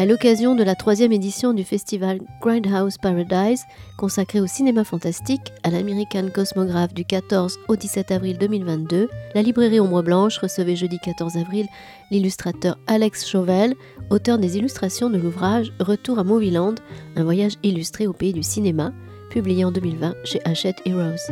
À l'occasion de la 3e édition du festival Grindhouse Paradise, consacré au cinéma fantastique, à l'American Cosmograph du 14 au 17 avril 2022, la librairie Ombre Blanche recevait jeudi 14 avril l'illustrateur Alex Chauvel, auteur des illustrations de l'ouvrage Retour à Movieland, un voyage illustré au pays du cinéma, publié en 2020 chez Hachette Heroes.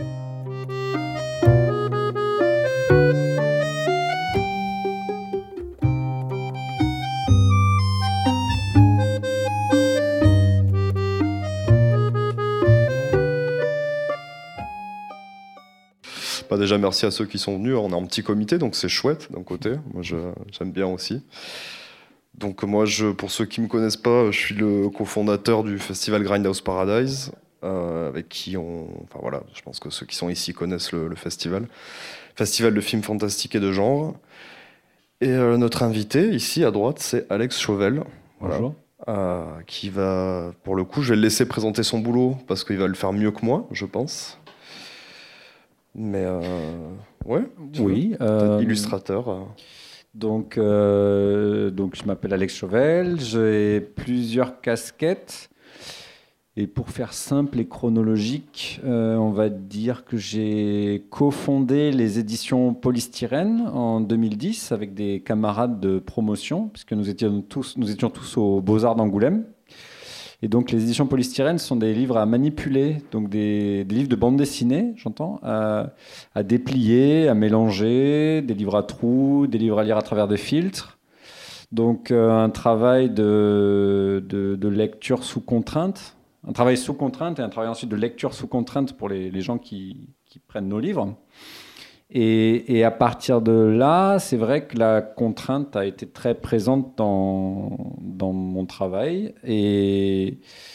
Déjà, merci à ceux qui sont venus. On est en petit comité, donc c'est chouette d'un côté. Moi, j'aime bien aussi. Donc moi, pour ceux qui ne me connaissent pas, je suis le cofondateur du festival Grindhouse Paradise, avec qui Enfin voilà, je pense que ceux qui sont ici connaissent le festival. Festival de films fantastiques et de genre. Et notre invité, ici, à droite, c'est Alex Chauvel. Bonjour. Qui va... Pour le coup, je vais le laisser présenter son boulot, parce qu'il va le faire mieux que moi, je pense. Mais ouais, oui, illustrateur. Donc je m'appelle Alex Chauvel, j'ai plusieurs casquettes. Et pour faire simple et chronologique, on va dire que j'ai cofondé les éditions Polystyrène en 2010 avec des camarades de promotion, puisque nous étions tous aux Beaux-Arts d'Angoulême. Et donc, les éditions Polystyrène sont des livres à manipuler, donc des livres de bande dessinée, j'entends, à déplier, à mélanger, des livres à trous, des livres à lire à travers des filtres. Donc, un travail de lecture sous contrainte, un travail sous contrainte et un travail ensuite de lecture sous contrainte pour les gens qui prennent nos livres. Et à partir de là, c'est vrai que la contrainte a été très présente dans mon travail. Et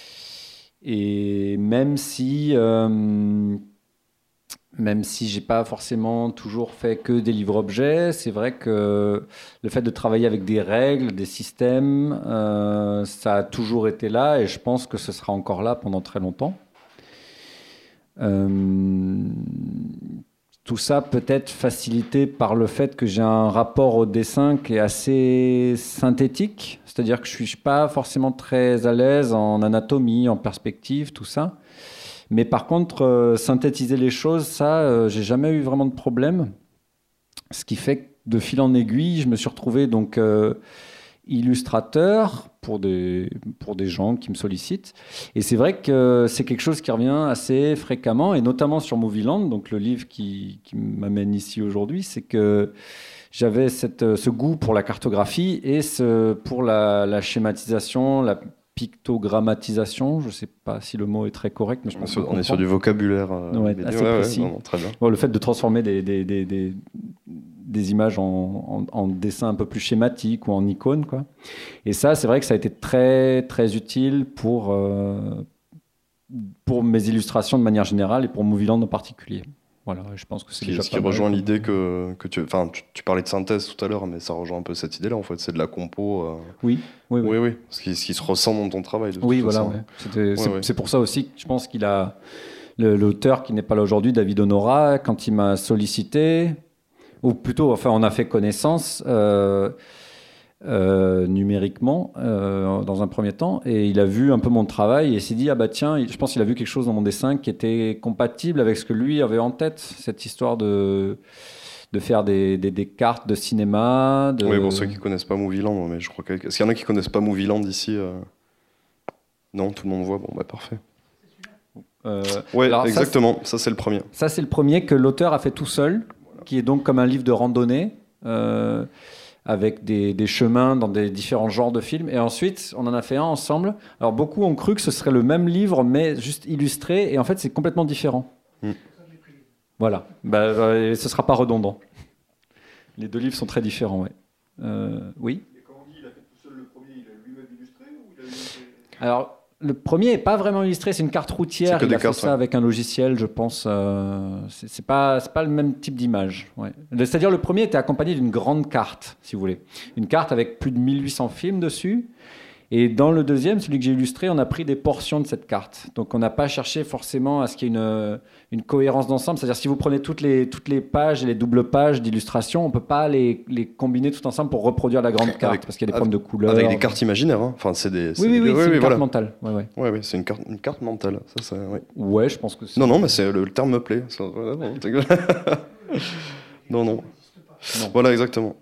même si j'ai pas forcément toujours fait que des livres-objets, c'est vrai que le fait de travailler avec des règles, des systèmes, ça a toujours été là et je pense que ce sera encore là pendant très longtemps. Tout ça peut être facilité par le fait que j'ai un rapport au dessin qui est assez synthétique, c'est-à-dire que je ne suis pas forcément très à l'aise en anatomie, en perspective, tout ça. Mais par contre, synthétiser les choses, ça, j'ai jamais eu vraiment de problème. Ce qui fait que de fil en aiguille, je me suis retrouvé donc illustrateur pour des gens qui me sollicitent. Et c'est vrai que c'est quelque chose qui revient assez fréquemment, et notamment sur Movieland, donc le livre qui m'amène ici aujourd'hui, c'est que j'avais ce goût pour la cartographie et pour la schématisation, la pictogrammatisation. Je ne sais pas si le mot est très correct, mais je pense on est sur du vocabulaire assez précis. Ouais, très bien. Bon, le fait de transformer des images en dessin un peu plus schématique ou en icône, quoi. Et ça, c'est vrai que ça a été très, très utile pour mes illustrations de manière générale et pour Movieland en particulier. Voilà, je pense que c'est déjà ce qui rejoint l'idée que tu parlais de synthèse tout à l'heure, mais ça rejoint un peu cette idée-là, en fait, c'est de la compo. Oui. Ce qui se ressent dans ton travail. Oui, voilà. Ouais. C'est pour ça aussi que je pense qu'il a l'auteur qui n'est pas là aujourd'hui, David Honora, quand il m'a sollicité, ou plutôt, enfin, on a fait connaissance numériquement dans un premier temps, et il a vu un peu mon travail et s'est dit, ah bah tiens, je pense qu'il a vu quelque chose dans mon dessin qui était compatible avec ce que lui avait en tête, cette histoire de faire des cartes de cinéma. Oui, pour ceux qui ne connaissent pas Movieland, mais je crois est-ce qu'il y en a qui ne connaissent pas Movieland ici Non, tout le monde voit, bon bah parfait. Oui, exactement, ça c'est le premier. Ça c'est le premier que l'auteur a fait tout seul, qui est donc comme un livre de randonnée, avec des chemins dans des différents genres de films. Et ensuite, on en a fait un ensemble. Alors, beaucoup ont cru que ce serait le même livre, mais juste illustré. Et en fait, c'est complètement différent. Voilà. Ce ne sera pas redondant. Les deux livres sont très différents, ouais. Oui. Et quand on dit il a fait tout seul le premier, il a lui-même illustré ou il a illustré ? Alors, le premier n'est pas vraiment illustré, c'est une carte routière. Il a fait ça avec un logiciel, je pense. C'est pas le même type d'image. Ouais. C'est-à-dire, le premier était accompagné d'une grande carte, si vous voulez. Une carte avec plus de 1800 films dessus. Et dans le deuxième, celui que j'ai illustré, on a pris des portions de cette carte. Donc on n'a pas cherché forcément à ce qu'il y ait une cohérence d'ensemble. C'est-à-dire si vous prenez toutes les pages et les doubles pages d'illustration, on ne peut pas les combiner tout ensemble pour reproduire la grande carte, parce qu'il y a des problèmes de couleurs. Avec des cartes imaginaires. Hein. Enfin, c'est des, oui, c'est une carte voilà. mentale. Ouais. Ouais, c'est une carte mentale. Ça, oui. Ouais, je pense que c'est... Non, mais c'est, le terme me plaît. Non. Voilà, exactement.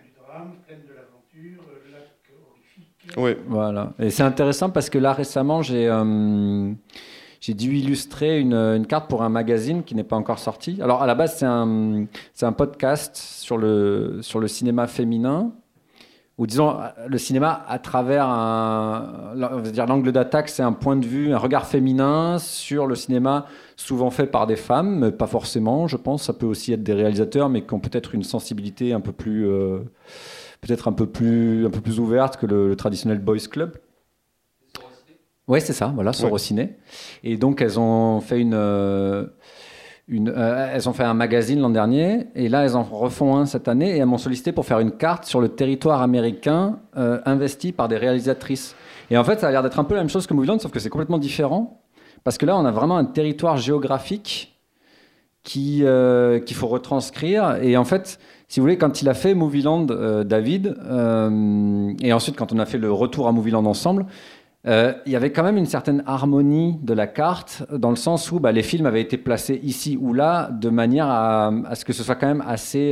Oui. Voilà. Et c'est intéressant parce que là, récemment, j'ai dû illustrer une carte pour un magazine qui n'est pas encore sorti. Alors, à la base, c'est un podcast sur le cinéma féminin, ou disons, le cinéma à travers l'angle d'attaque, c'est un point de vue, un regard féminin sur le cinéma, souvent fait par des femmes, mais pas forcément, je pense. Ça peut aussi être des réalisateurs, mais qui ont peut-être une sensibilité un peu plus... peut-être un peu plus ouverte que le traditionnel boys club. Oui, c'est ça, voilà, Sorociné. Et donc, elles ont fait elles ont fait un magazine l'an dernier, et là, elles en refont un cette année, et elles m'ont sollicité pour faire une carte sur le territoire américain investi par des réalisatrices. Et en fait, ça a l'air d'être un peu la même chose que Movieland, sauf que c'est complètement différent, parce que là, on a vraiment un territoire géographique qu'il faut retranscrire. Et en fait, si vous voulez, quand il a fait Movieland, David, et ensuite quand on a fait le retour à Movieland ensemble, il y avait quand même une certaine harmonie de la carte, dans le sens où les films avaient été placés ici ou là, de manière à ce que ce soit quand même assez...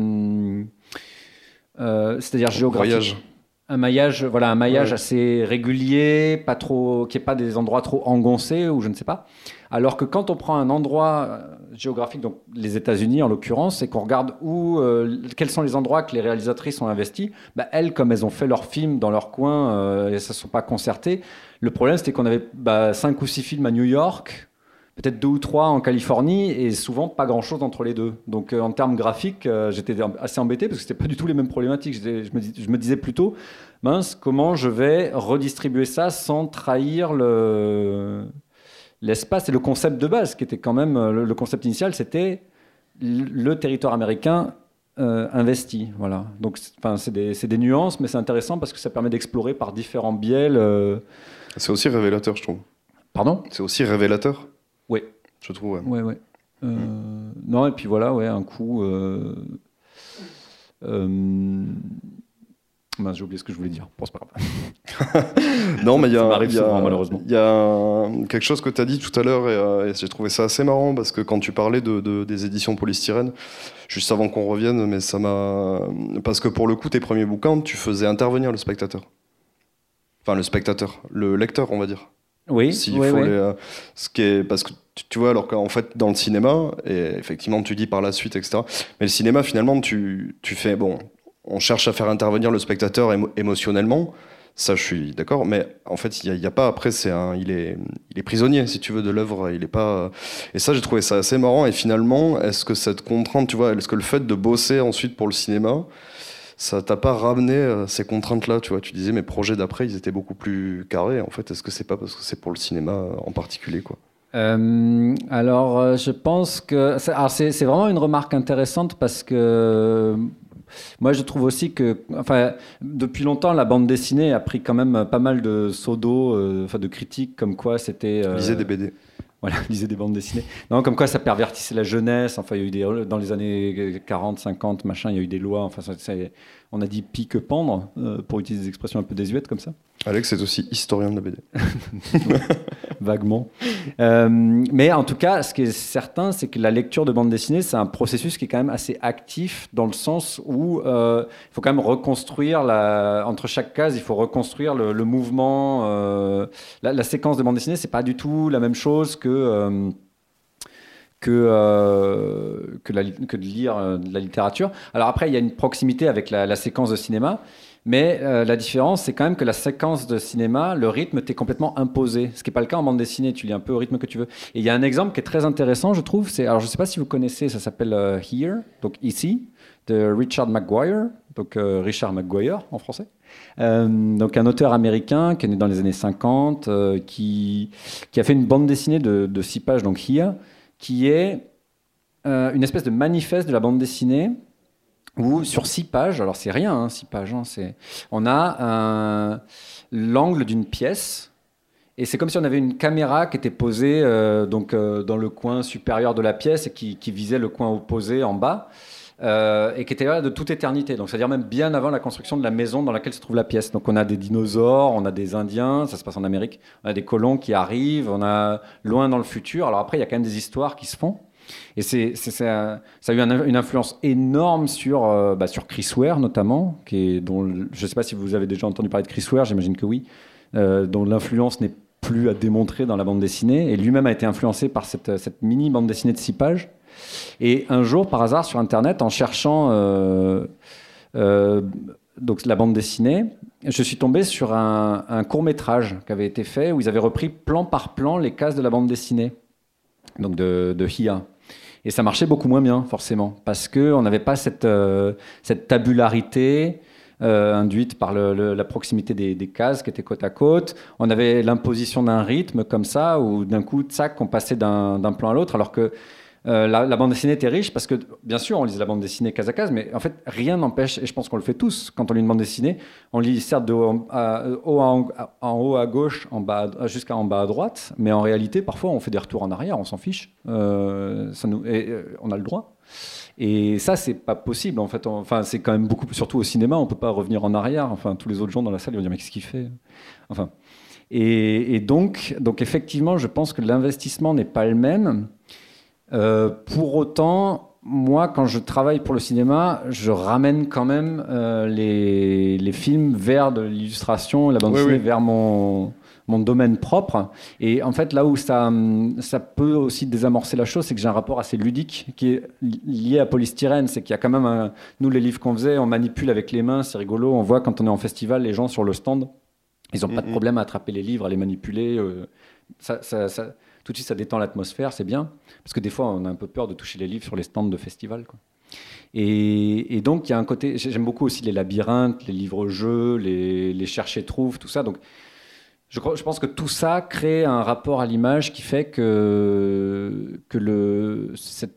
c'est-à-dire géographique. Un maillage assez régulier, pas trop, qui n'est pas des endroits trop engoncés, ou je ne sais pas. Alors que quand on prend un endroit géographique, donc les États-Unis en l'occurrence, et qu'on regarde quels sont les endroits que les réalisatrices ont investis, elles, comme elles ont fait leurs films dans leur coin et ça ne se sont pas concertées, le problème c'était qu'on avait 5 ou 6 films à New York, peut-être 2 ou 3 en Californie, et souvent pas grand-chose entre les deux. Donc en termes graphiques, j'étais assez embêté parce que c'était pas du tout les mêmes problématiques. Je me disais plutôt, mince, comment je vais redistribuer ça sans trahir l'espace et le concept de base, qui était quand même le concept initial, c'était le territoire américain investi. Voilà. Donc c'est des nuances, mais c'est intéressant parce que ça permet d'explorer par différents biais. C'est aussi révélateur, je trouve. Pardon ? C'est aussi révélateur. Oui. Je trouve, ouais. Non, et puis voilà, un coup... j'ai oublié ce que je voulais dire. Bon, c'est pas grave. Non, mais ça m'arrive souvent, malheureusement. Il y a quelque chose que tu as dit tout à l'heure, et j'ai trouvé ça assez marrant, parce que quand tu parlais des éditions polystyrène, juste avant qu'on revienne, mais ça m'a... Parce que pour le coup, tes premiers bouquins, tu faisais intervenir le spectateur. Enfin, le lecteur, on va dire. Oui, ce qui est, parce que tu vois, alors qu'en fait dans le cinéma, et effectivement tu dis par la suite, etc., mais le cinéma finalement tu fais, on cherche à faire intervenir le spectateur émotionnellement, ça je suis d'accord, mais en fait il y a pas, après il est prisonnier, si tu veux, de l'œuvre, il est pas, et ça j'ai trouvé ça assez marrant. Et finalement, est-ce que cette contrainte, tu vois, est-ce que le fait de bosser ensuite pour le cinéma, ça t'a pas ramené ces contraintes-là, tu vois? Tu disais mes projets d'après, ils étaient beaucoup plus carrés. En fait, est-ce que c'est pas parce que c'est pour le cinéma en particulier, quoi? Alors, je pense que c'est vraiment une remarque intéressante, parce que moi, je trouve aussi que, depuis longtemps, la bande dessinée a pris quand même pas mal de seaux d'eau, de critiques, comme quoi c'était... Lisez des BD. Voilà, lisez des bandes dessinées. Non, comme quoi ça pervertissait la jeunesse. Enfin, il y a eu dans les années 40, 50, machin, il y a eu des lois. Enfin, on a dit pis que pendre, pour utiliser des expressions un peu désuètes comme ça. Alex est aussi historien de la BD. Vaguement. Mais en tout cas, ce qui est certain, c'est que la lecture de bande dessinée, c'est un processus qui est quand même assez actif, dans le sens où il faut quand même reconstruire, entre chaque case, il faut reconstruire le mouvement. La séquence de bande dessinée, c'est pas du tout la même chose que de lire de la littérature. Alors après, il y a une proximité avec la séquence de cinéma, mais la différence, c'est quand même que la séquence de cinéma, le rythme t'est complètement imposé, ce qui n'est pas le cas en bande dessinée, tu lis un peu au rythme que tu veux. Et il y a un exemple qui est très intéressant, je trouve, alors je ne sais pas si vous connaissez, ça s'appelle Here, donc Ici, de Richard McGuire, donc Richard McGuire en français. Donc un auteur américain qui est né dans les années 50, qui a fait une bande dessinée de 6 pages, donc Here, qui est une espèce de manifeste de la bande dessinée, où sur 6 pages, alors c'est rien, hein, 6 pages, hein, on a l'angle d'une pièce. Et c'est comme si on avait une caméra qui était posée dans le coin supérieur de la pièce et qui visait le coin opposé en bas et qui était là de toute éternité. Donc, c'est-à-dire même bien avant la construction de la maison dans laquelle se trouve la pièce. Donc, on a des dinosaures, on a des Indiens, ça se passe en Amérique, on a des colons qui arrivent, on a loin dans le futur. Alors après, il y a quand même des histoires qui se font. Et ça a eu une influence énorme sur Chris Ware notamment, dont je ne sais pas si vous avez déjà entendu parler de Chris Ware, j'imagine que oui. Dont l'influence n'est plus à démontrer dans la bande dessinée. Et lui-même a été influencé par cette mini bande dessinée de 6 pages. Et un jour, par hasard, sur Internet, en cherchant donc la bande dessinée, je suis tombé sur un court-métrage qui avait été fait où ils avaient repris plan par plan les cases de la bande dessinée, donc de Hiya. Et ça marchait beaucoup moins bien, forcément, parce qu'on n'avait pas cette tabularité induite par la proximité des cases qui étaient côte à côte. On avait l'imposition d'un rythme comme ça, où d'un coup, tsac, on passait d'un plan à l'autre, alors que la bande dessinée était riche, parce que, bien sûr, on lisait la bande dessinée case à case, mais en fait, rien n'empêche, et je pense qu'on le fait tous, quand on lit une bande dessinée, on lit certes de haut en haut à gauche, jusqu'à en bas à droite, mais en réalité, parfois, on fait des retours en arrière, on s'en fiche. On a le droit. Et ça, c'est pas possible, en fait. C'est quand même beaucoup plus, surtout au cinéma, on peut pas revenir en arrière. Enfin, tous les autres gens dans la salle, ils vont dire, mais qu'est-ce qu'il fait? Enfin. Et donc, effectivement, je pense que l'investissement n'est pas le même. Pour autant, moi, quand je travaille pour le cinéma, je ramène quand même les films vers de l'illustration, la bande dessinée vers mon domaine propre. Et en fait, là où ça peut aussi désamorcer la chose, c'est que j'ai un rapport assez ludique qui est lié à polystyrène. C'est qu'il y a quand même nous, les livres qu'on faisait, on manipule avec les mains, c'est rigolo. On voit quand on est en festival, les gens sur le stand, ils n'ont pas de problème à attraper les livres, à les manipuler. Tout de suite, ça détend l'atmosphère, c'est bien. Parce que des fois, on a un peu peur de toucher les livres sur les stands de festival, quoi. Et donc, il y a un côté... J'aime beaucoup aussi les labyrinthes, les livres-jeux, les chercher-trouve, tout ça. Donc, je pense que tout ça crée un rapport à l'image qui fait que je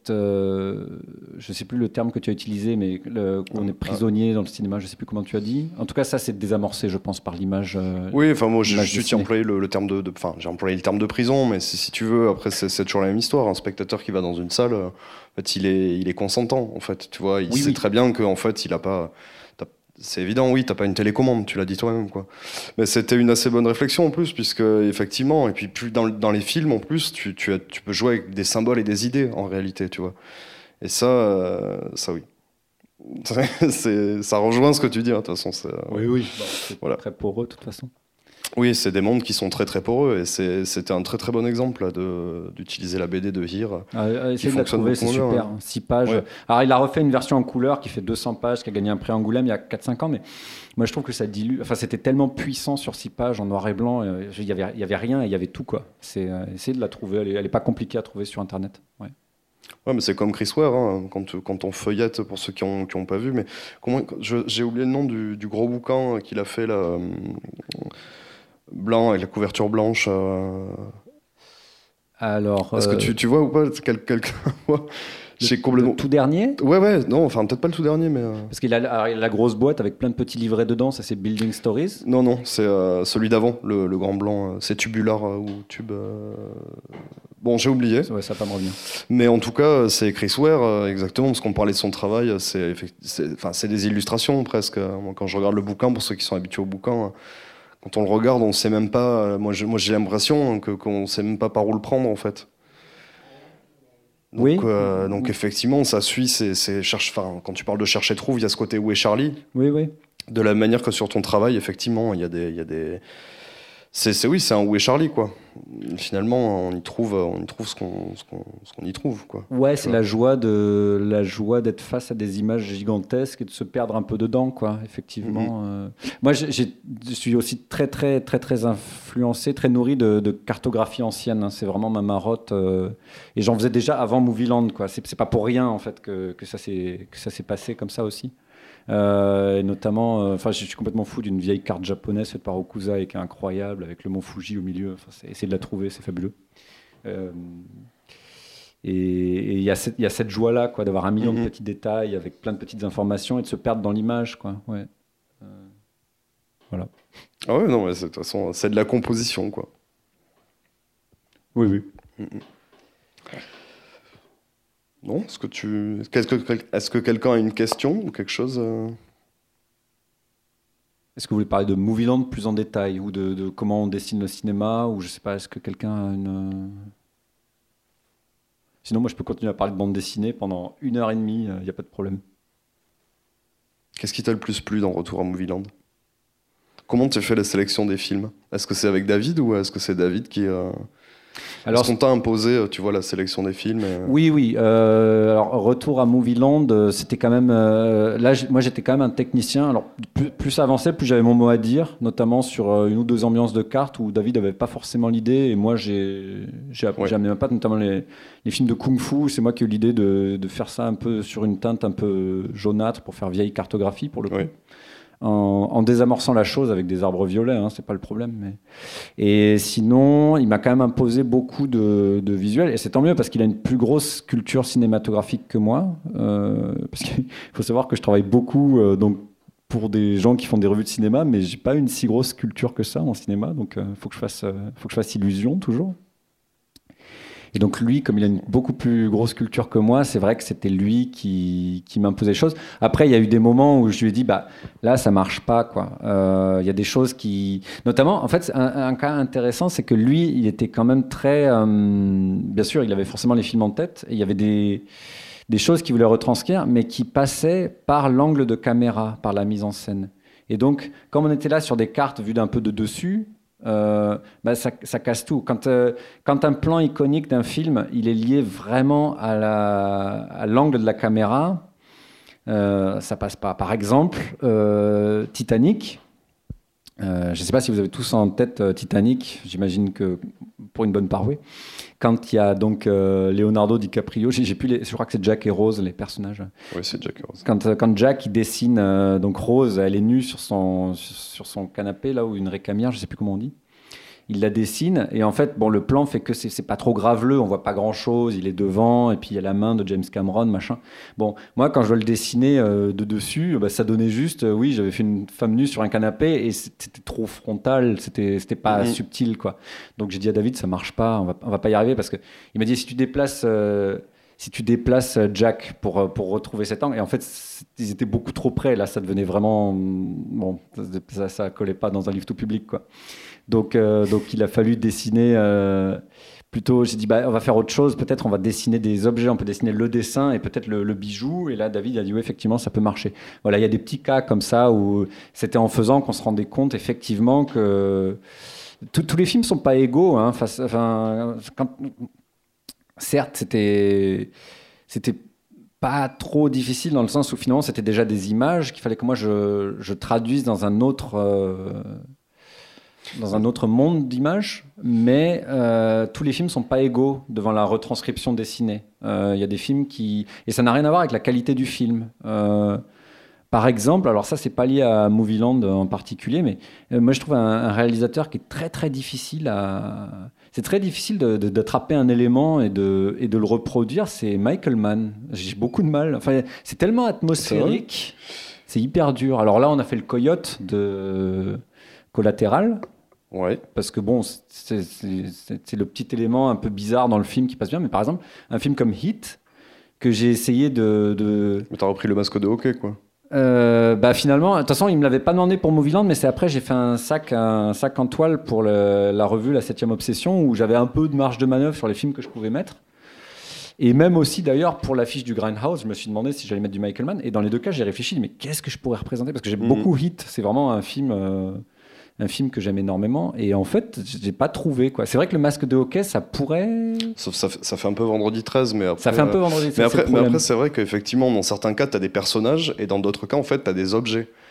ne sais plus le terme que tu as utilisé, mais qu'on est prisonnier dans le cinéma, je ne sais plus comment tu as dit. En tout cas, ça, c'est désamorcé, je pense, par l'image. Oui, enfin, moi, j'ai employé le terme j'ai employé le terme de prison, mais si tu veux, après, c'est toujours la même histoire. Un spectateur qui va dans une salle, en fait, il est consentant, en fait. Tu vois, il sait très bien qu'en fait, il n'a pas... C'est évident, oui, t'as pas une télécommande, tu l'as dit toi-même, quoi. Mais c'était une assez bonne réflexion en plus, puisque effectivement, et puis plus dans les films en plus, tu peux jouer avec des symboles et des idées en réalité, tu vois. Et ça oui. Ça rejoint ce que tu dis, hein, de toute façon. Oui. C'est très poreux, de toute façon. Oui, c'est des mondes qui sont très très poreux, et c'était un très très bon exemple là, d'utiliser la BD de Hir. Essayez de la trouver, c'est super. 6 pages. Ouais. Alors, il a refait une version en couleur qui fait 200 pages, qui a gagné un prix Angoulême il y a 4-5 ans, mais moi je trouve que ça dilue. Enfin, c'était tellement puissant sur 6 pages en noir et blanc, il y avait rien et il y avait tout, quoi. Essayez de la trouver, elle est pas compliquée à trouver sur Internet. Ouais. Ouais, mais c'est comme Chris Ware, hein, quand on feuillette, pour ceux qui ont pas vu, mais j'ai oublié le nom du gros bouquin qu'il a fait là. Blanc avec la couverture blanche. Alors, est-ce que tu vois ou pas quelqu'un voit? Le tout dernier? Ouais, non, enfin peut-être pas le tout dernier, mais... Parce qu'il a la grosse boîte avec plein de petits livrets dedans, ça c'est Building Stories? Non, c'est celui d'avant, le grand blanc, c'est Tubular ou Tube... Bon, j'ai oublié. Ouais, ça va pas me revenir. Mais en tout cas, c'est Chris Ware, exactement, parce qu'on parlait de son travail, c'est des illustrations presque. Moi, quand je regarde le bouquin, pour ceux qui sont habitués au bouquin... Quand on le regarde, on sait même pas. Moi, j'ai l'impression qu'on sait même pas par où le prendre, en fait. Donc, donc effectivement, ça suit. Quand tu parles de chercher trouve, il y a ce côté où est Charlie. Oui. De la manière que sur ton travail, effectivement, il y a des. C'est un où est Charlie, quoi. Finalement, on y trouve ce qu'on y trouve, quoi. Ouais, c'est la joie d'être face à des images gigantesques et de se perdre un peu dedans, quoi. Effectivement. Moi, je suis aussi très très très très influencé, très nourri de cartographie ancienne. Hein. C'est vraiment ma marotte. Et j'en faisais déjà avant Movieland, quoi. C'est pas pour rien en fait que ça s'est passé comme ça aussi. Et notamment, je suis complètement fou d'une vieille carte japonaise faite par Okusa et qui est incroyable avec le mont Fuji au milieu. Essayez de la trouver, c'est fabuleux. Et il y a cette joie-là, quoi, d'avoir 1 million de petits détails avec plein de petites informations et de se perdre dans l'image, quoi. Ouais. Voilà. Ah ouais, non, mais de toute façon, c'est de la composition, quoi. Oui. Non, est-ce que quelqu'un a une question ou quelque chose Est-ce que vous voulez parler de Movieland plus en détail ou de comment on dessine le cinéma ou je sais pas, est-ce que quelqu'un a une... Sinon, moi, je peux continuer à parler de bande dessinée pendant 1h30, il n'y a pas de problème. Qu'est-ce qui t'a le plus plu dans Retour à Movieland? Comment tu fais la sélection des films? Est-ce que c'est avec David ou est-ce que c'est David qui... Alors, est-ce qu'on t'a imposé, tu vois, la sélection des films Oui. Alors, Retour à Movieland, c'était quand même... moi, j'étais quand même un technicien. Alors, plus ça avançait, plus j'avais mon mot à dire, notamment sur 1 ou 2 ambiances de cartes où David n'avait pas forcément l'idée. Et moi, j'ai amené ma patte, notamment les films de Kung-Fu. C'est moi qui ai eu l'idée de faire ça un peu sur une teinte un peu jaunâtre pour faire vieille cartographie, pour le coup. En désamorçant la chose avec des arbres violets, hein, c'est pas le problème. Et sinon, il m'a quand même imposé beaucoup de visuels, et c'est tant mieux parce qu'il a une plus grosse culture cinématographique que moi. Parce qu'il faut savoir que je travaille beaucoup donc pour des gens qui font des revues de cinéma, mais j'ai pas une si grosse culture que ça en cinéma, donc faut que je fasse illusion toujours. Et donc lui, comme il a une beaucoup plus grosse culture que moi, c'est vrai que c'était lui qui m'imposait les choses. Après, il y a eu des moments où je lui ai dit, bah là, ça marche pas, quoi. Il y a des choses qui... Notamment, en fait, un cas intéressant, c'est que lui, il était quand même très... Bien sûr, il avait forcément les films en tête, et il y avait des choses qu'il voulait retranscrire, mais qui passaient par l'angle de caméra, par la mise en scène. Et donc, comme on était là sur des cartes vues d'un peu de dessus... ça casse tout. Quand un plan iconique d'un film, il est lié vraiment à l'angle de la caméra, ça passe pas. Par exemple, Titanic. Je ne sais pas si vous avez tous en tête Titanic. J'imagine que pour une bonne part, oui. Quand il y a donc Leonardo DiCaprio, je crois que c'est Jack et Rose, les personnages. Oui, c'est Jack et Rose. Quand Jack il dessine donc Rose, elle est nue sur son canapé là ou une récamière, je ne sais plus comment on dit. Il la dessine et en fait le plan fait que c'est pas trop graveleux, on voit pas grand chose, il est devant et puis il y a la main de James Cameron machin. Bon, moi quand je dois le dessiner de dessus, ça donnait juste oui, j'avais fait une femme nue sur un canapé et c'était trop frontal, c'était pas subtil quoi. Donc j'ai dit à David ça marche pas, on va pas y arriver parce que il m'a dit si tu déplaces Jack pour retrouver cet angle, et en fait ils étaient beaucoup trop près, là ça devenait vraiment ça collait pas dans un livre tout public quoi. Donc il a fallu dessiner plutôt, j'ai dit on va faire autre chose, peut-être on va dessiner des objets, on peut dessiner le dessin et peut-être le bijou, et là David a dit oui effectivement ça peut marcher. Voilà, il y a des petits cas comme ça où c'était en faisant qu'on se rendait compte effectivement que tous les films sont pas égaux hein, certes c'était pas trop difficile dans le sens où finalement c'était déjà des images qu'il fallait que moi je traduise dans un autre monde d'images, mais tous les films sont pas égaux devant la retranscription dessinée. Il y a des films et ça n'a rien à voir avec la qualité du film. Par exemple, alors ça c'est pas lié à Movieland en particulier, mais moi je trouve un réalisateur qui est très très difficile c'est très difficile d'attraper un élément et de le reproduire, c'est Michael Mann. J'ai beaucoup de mal. Enfin, c'est tellement atmosphérique, c'est hyper dur. Alors là on a fait le Coyote de Collatéral. Ouais. Parce que c'est le petit élément un peu bizarre dans le film qui passe bien, mais par exemple, un film comme Heat, que j'ai essayé de... Mais t'as repris le masque de hockey, quoi. Finalement, de toute façon, il me l'avait pas demandé pour Movieland, mais c'est après j'ai fait un sac en toile pour la revue La 7e Obsession, où j'avais un peu de marge de manœuvre sur les films que je pouvais mettre. Et même aussi d'ailleurs pour l'affiche du Grindhouse, je me suis demandé si j'allais mettre du Michael Mann. Et dans les deux cas, j'ai réfléchi, mais qu'est-ce que je pourrais représenter? Parce que j'aime beaucoup Heat, c'est vraiment un film que j'aime énormément, et en fait j'ai pas trouvé quoi. C'est vrai que le masque de hockey ça pourrait, ça fait un peu vendredi 13, mais après, ça fait un peu vendredi 13, mais après c'est vrai qu'effectivement dans certains cas t'as des personnages et dans d'autres cas en fait t'as des objets.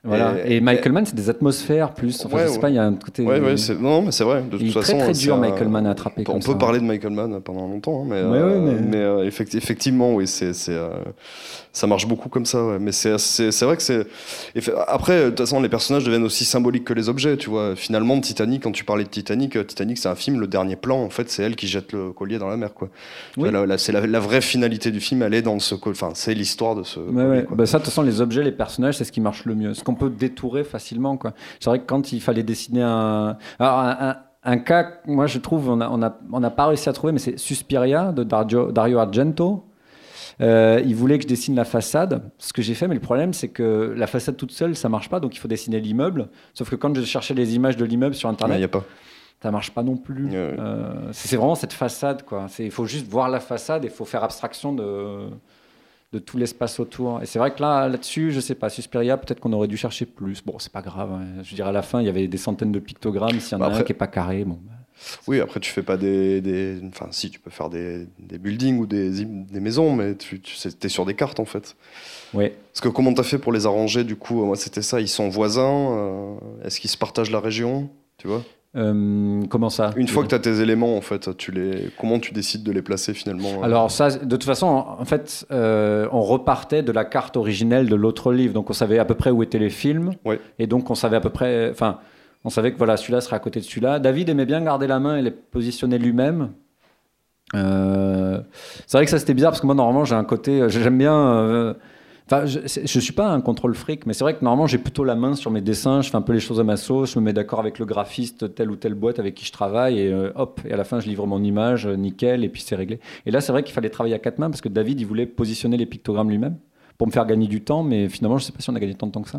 Voilà. Et Michael Mann, c'est des atmosphères plus. Enfin, je sais pas, il y a un côté. Ouais, non, mais c'est vrai. De toute façon, il est très dur, Michael Mann, à attraper. On peut parler de Michael Mann pendant longtemps, hein, mais effectivement, oui, ça marche beaucoup comme ça. Ouais. Mais c'est vrai que c'est. Après, de toute façon, les personnages deviennent aussi symboliques que les objets. Tu vois, finalement, Titanic, quand tu parlais de Titanic, c'est un film. Le dernier plan, en fait, c'est elle qui jette le collier dans la mer, quoi. Oui. C'est la vraie finalité du film. Elle est dans ce. Enfin, c'est l'histoire de ce. Collier, quoi. Bah ça, de toute façon, les objets, les personnages, c'est ce qui marche le mieux. Ce qu'on peut détourer facilement, quoi. C'est vrai que quand il fallait dessiner un cas, moi je trouve, on n'a pas réussi à trouver, mais c'est Suspiria de Dario Argento. Il voulait que je dessine la façade, ce que j'ai fait, mais le problème c'est que la façade toute seule, ça marche pas, donc il faut dessiner l'immeuble. Sauf que quand je cherchais les images de l'immeuble sur Internet, y a pas. Ça marche pas non plus. C'est vraiment cette façade, quoi. Il faut juste voir la façade et il faut faire abstraction de tout l'espace autour. Et c'est vrai que là-dessus, je sais pas, Suspiria, peut-être qu'on aurait dû chercher plus. Bon, c'est pas grave. Hein. Je veux dire, à la fin, il y avait des centaines de pictogrammes. S'il y en a un qui est pas carré, bon. Oui, après, tu fais pas Enfin, si, tu peux faire des buildings ou des maisons, mais t'es sur des cartes, en fait. Oui. Parce que comment t'as fait pour les arranger, du coup? Moi, c'était ça. Ils sont voisins. Est-ce qu'ils se partagent la région? Tu vois? Comment ça? Une fois que tu as tes éléments, en fait, comment tu décides de les placer finalement? Alors ça, de toute façon, en fait, on repartait de la carte originelle de l'autre livre, donc on savait à peu près où étaient les films, et donc on savait à peu près, enfin, on savait que voilà, celui-là serait à côté de celui-là. David aimait bien garder la main et les positionner lui-même. C'est vrai que ça c'était bizarre parce que moi normalement j'ai un côté, j'aime bien. Enfin, je suis pas un contrôle fric, mais c'est vrai que normalement j'ai plutôt la main sur mes dessins, je fais un peu les choses à ma sauce, je me mets d'accord avec le graphiste, telle ou telle boîte avec qui je travaille, et hop, et à la fin je livre mon image, nickel, et puis c'est réglé. Et là c'est vrai qu'il fallait travailler à quatre mains, parce que David il voulait positionner les pictogrammes lui-même, pour me faire gagner du temps, mais finalement je sais pas si on a gagné tant de temps que ça.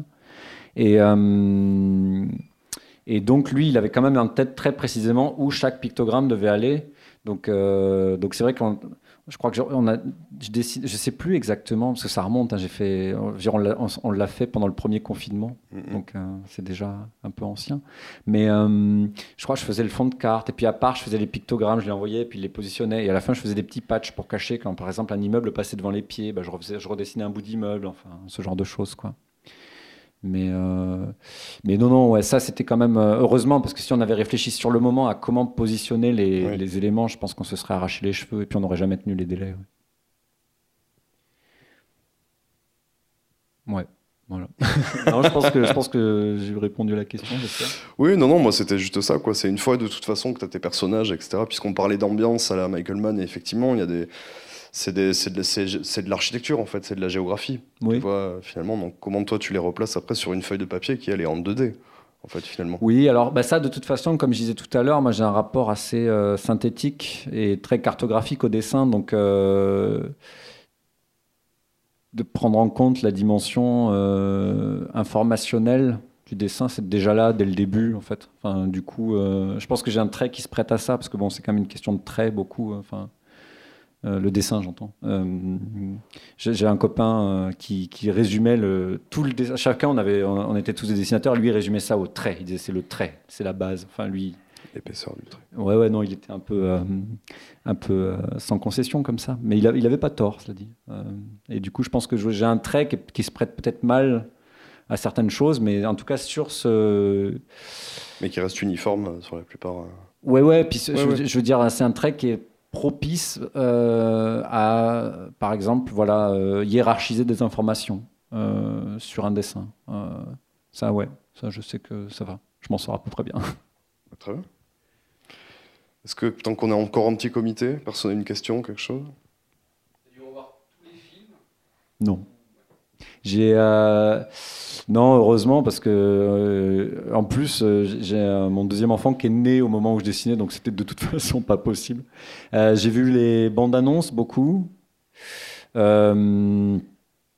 Et donc lui il avait quand même en tête très précisément où chaque pictogramme devait aller, donc c'est vrai qu'on... Je crois que je décide, je sais plus exactement parce que ça remonte. Hein, on l'a fait pendant le premier confinement, donc c'est déjà un peu ancien. Mais je crois que je faisais le fond de carte et puis à part je faisais les pictogrammes, je les envoyais et puis je les positionnais. Et à la fin je faisais des petits patchs pour cacher quand par exemple un immeuble passait devant les pieds, je redessinais un bout d'immeuble, enfin ce genre de choses quoi. Mais non, ouais, ça c'était quand même heureusement parce que si on avait réfléchi sur le moment à comment positionner les éléments, je pense qu'on se serait arraché les cheveux et puis on n'aurait jamais tenu les délais. Ouais, voilà. Non, je pense que j'ai répondu à la question, j'espère. Oui, non, moi c'était juste ça, quoi. C'est une fois de toute façon que tu as tes personnages, etc. Puisqu'on parlait d'ambiance à la Michael Mann, et effectivement, il y a des. C'est de l'architecture en fait, c'est de la géographie. Oui. Tu vois, finalement, donc comment toi tu les replaces après sur une feuille de papier qui elle est en 2D en fait finalement. Oui, alors ça de toute façon, comme je disais tout à l'heure, moi j'ai un rapport assez synthétique et très cartographique au dessin, donc de prendre en compte la dimension informationnelle du dessin, c'est déjà là dès le début en fait. Enfin, du coup, je pense que j'ai un trait qui se prête à ça parce que bon, c'est quand même une question de trait beaucoup. Le dessin, j'entends. J'ai un copain qui résumait tout le dessin. Chacun, on était tous des dessinateurs. Lui, il résumait ça au trait. Il disait c'est le trait, c'est la base. Enfin, lui. L'épaisseur du trait. Ouais, non, il était un peu sans concession comme ça. Mais il avait pas tort, cela dit. Et du coup, je pense que j'ai un trait qui se prête peut-être mal à certaines choses, mais en tout cas sur ce. Mais qui reste uniforme sur la plupart. Ouais. Puis je veux dire, c'est un trait qui est propice à, par exemple, hiérarchiser des informations sur un dessin. Ça, je sais que ça va. Je m'en sors à peu près bien. Très bien. Est-ce que, tant qu'on est encore en petit comité, personne n'a une question, quelque chose? Tu as dû revoir tous les films? Non. Non, heureusement, parce que en plus, j'ai mon deuxième enfant qui est né au moment où je dessinais, donc c'était de toute façon pas possible. J'ai vu les bandes annonces beaucoup. Comme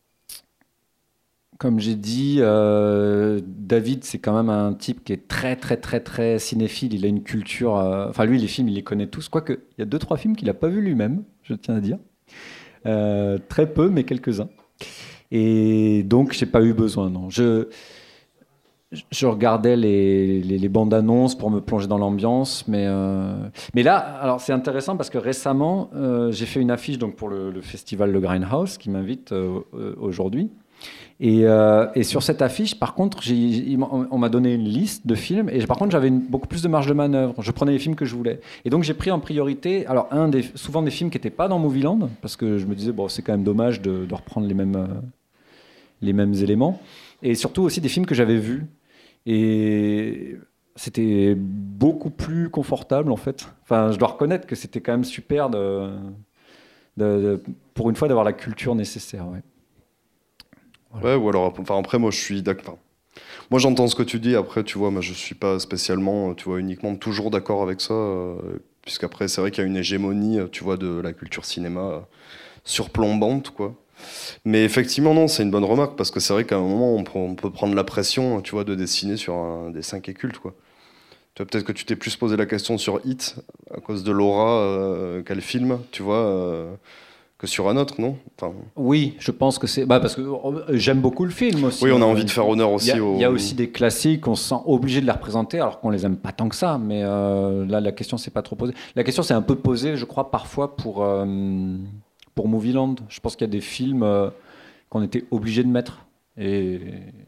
j'ai dit, David, c'est quand même un type qui est très, très, très, très cinéphile. Il a une culture. Enfin, lui, les films, il les connaît tous. Quoique, il y a 2-3 films qu'il n'a pas vus lui-même, je tiens à dire. Très peu, mais quelques-uns. Et donc, j'ai pas eu besoin, non. Je regardais les bandes annonces pour me plonger dans l'ambiance, mais là, alors c'est intéressant parce que récemment, j'ai fait une affiche donc pour le festival Le Grindhouse qui m'invite aujourd'hui. Et sur cette affiche, par contre, on m'a donné une liste de films et par contre, j'avais beaucoup plus de marge de manœuvre. Je prenais les films que je voulais. Et donc, j'ai pris en priorité, alors souvent des films qui n'étaient pas dans Movieland, parce que je me disais, bon, c'est quand même dommage de reprendre les mêmes éléments. Et surtout aussi des films que j'avais vus. Et c'était beaucoup plus confortable, en fait. Enfin, je dois reconnaître que c'était quand même super pour une fois d'avoir la culture nécessaire, ouais. Voilà. Ouais, ou alors, enfin, après, moi, je suis d'accord. Moi, j'entends ce que tu dis. Après, tu vois, moi, je suis pas spécialement, tu vois, uniquement toujours d'accord avec ça, puisqu'après, c'est vrai qu'il y a une hégémonie, tu vois, de la culture cinéma surplombante, quoi. Mais effectivement, non, c'est une bonne remarque, parce que c'est vrai qu'à un moment, on peut prendre la pression, tu vois, de dessiner sur un dessin qui est culte, quoi. Tu vois, peut-être que tu t'es plus posé la question sur Hit, à cause de l'aura qu'a le film, tu vois, que sur un autre, non? Enfin... Oui, je pense que c'est... parce que j'aime beaucoup le film aussi. Oui, on a envie de faire honneur aussi Il y a aussi des classiques, on se sent obligé de les représenter, alors qu'on les aime pas tant que ça, mais là, la question s'est pas trop posée. La question s'est un peu posée, je crois, parfois pour Movieland. Je pense qu'il y a des films qu'on était obligé de mettre, et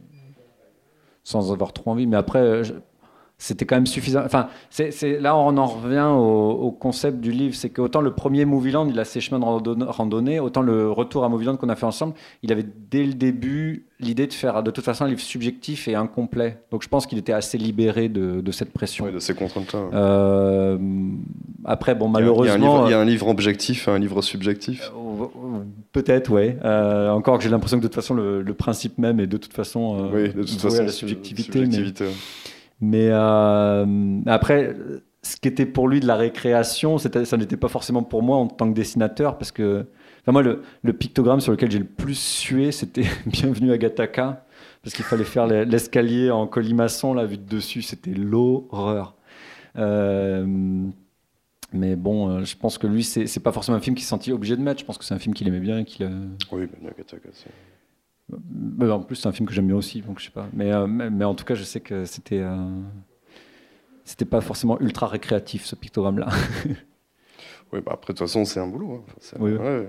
sans avoir trop envie, mais après... C'était quand même suffisant. Enfin, là, on en revient au concept du livre. C'est qu'autant le premier Movieland, il a ses chemins de randonnée, autant le retour à Movieland qu'on a fait ensemble, il avait dès le début l'idée de faire de toute façon un livre subjectif et incomplet. Donc je pense qu'il était assez libéré de cette pression. Oui, de ces contraintes-là. Après, bon, malheureusement... Il y a un livre objectif et un livre subjectif. Peut-être, ouais. Encore que j'ai l'impression que de toute façon, le principe même est de toute façon oui, de toute façon, la subjectivité. Mais après, ce qui était pour lui de la récréation, ça n'était pas forcément pour moi en tant que dessinateur, parce que moi, le pictogramme sur lequel j'ai le plus sué, c'était Bienvenue à Gattaca, parce qu'il fallait faire l'escalier en colimaçon, là, vu de dessus, c'était l'horreur. Mais bon, je pense que lui, c'est pas forcément un film qu'il se sentit obligé de mettre. Je pense que c'est un film qu'il aimait bien. Oui, Bienvenue à Gattaca, c'est... En plus, c'est un film que j'aime bien aussi, donc je sais pas. Mais en tout cas, je sais que c'était pas forcément ultra récréatif, ce pictogramme-là. Oui, après, de toute façon, c'est un boulot. Hein. Oui. Ouais.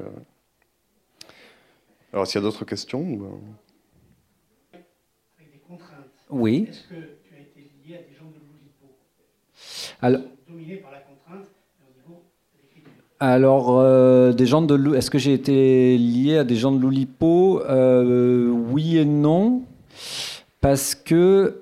Alors, s'il y a d'autres questions Avec des contraintes. Oui. Est-ce que tu as été lié à des gens de l'Oulipo Alors... dominés par la contrainte au niveau de l'écriture? Alors, des gens de est-ce que j'ai été lié à des gens de l'Oulipo? Oui et non, parce que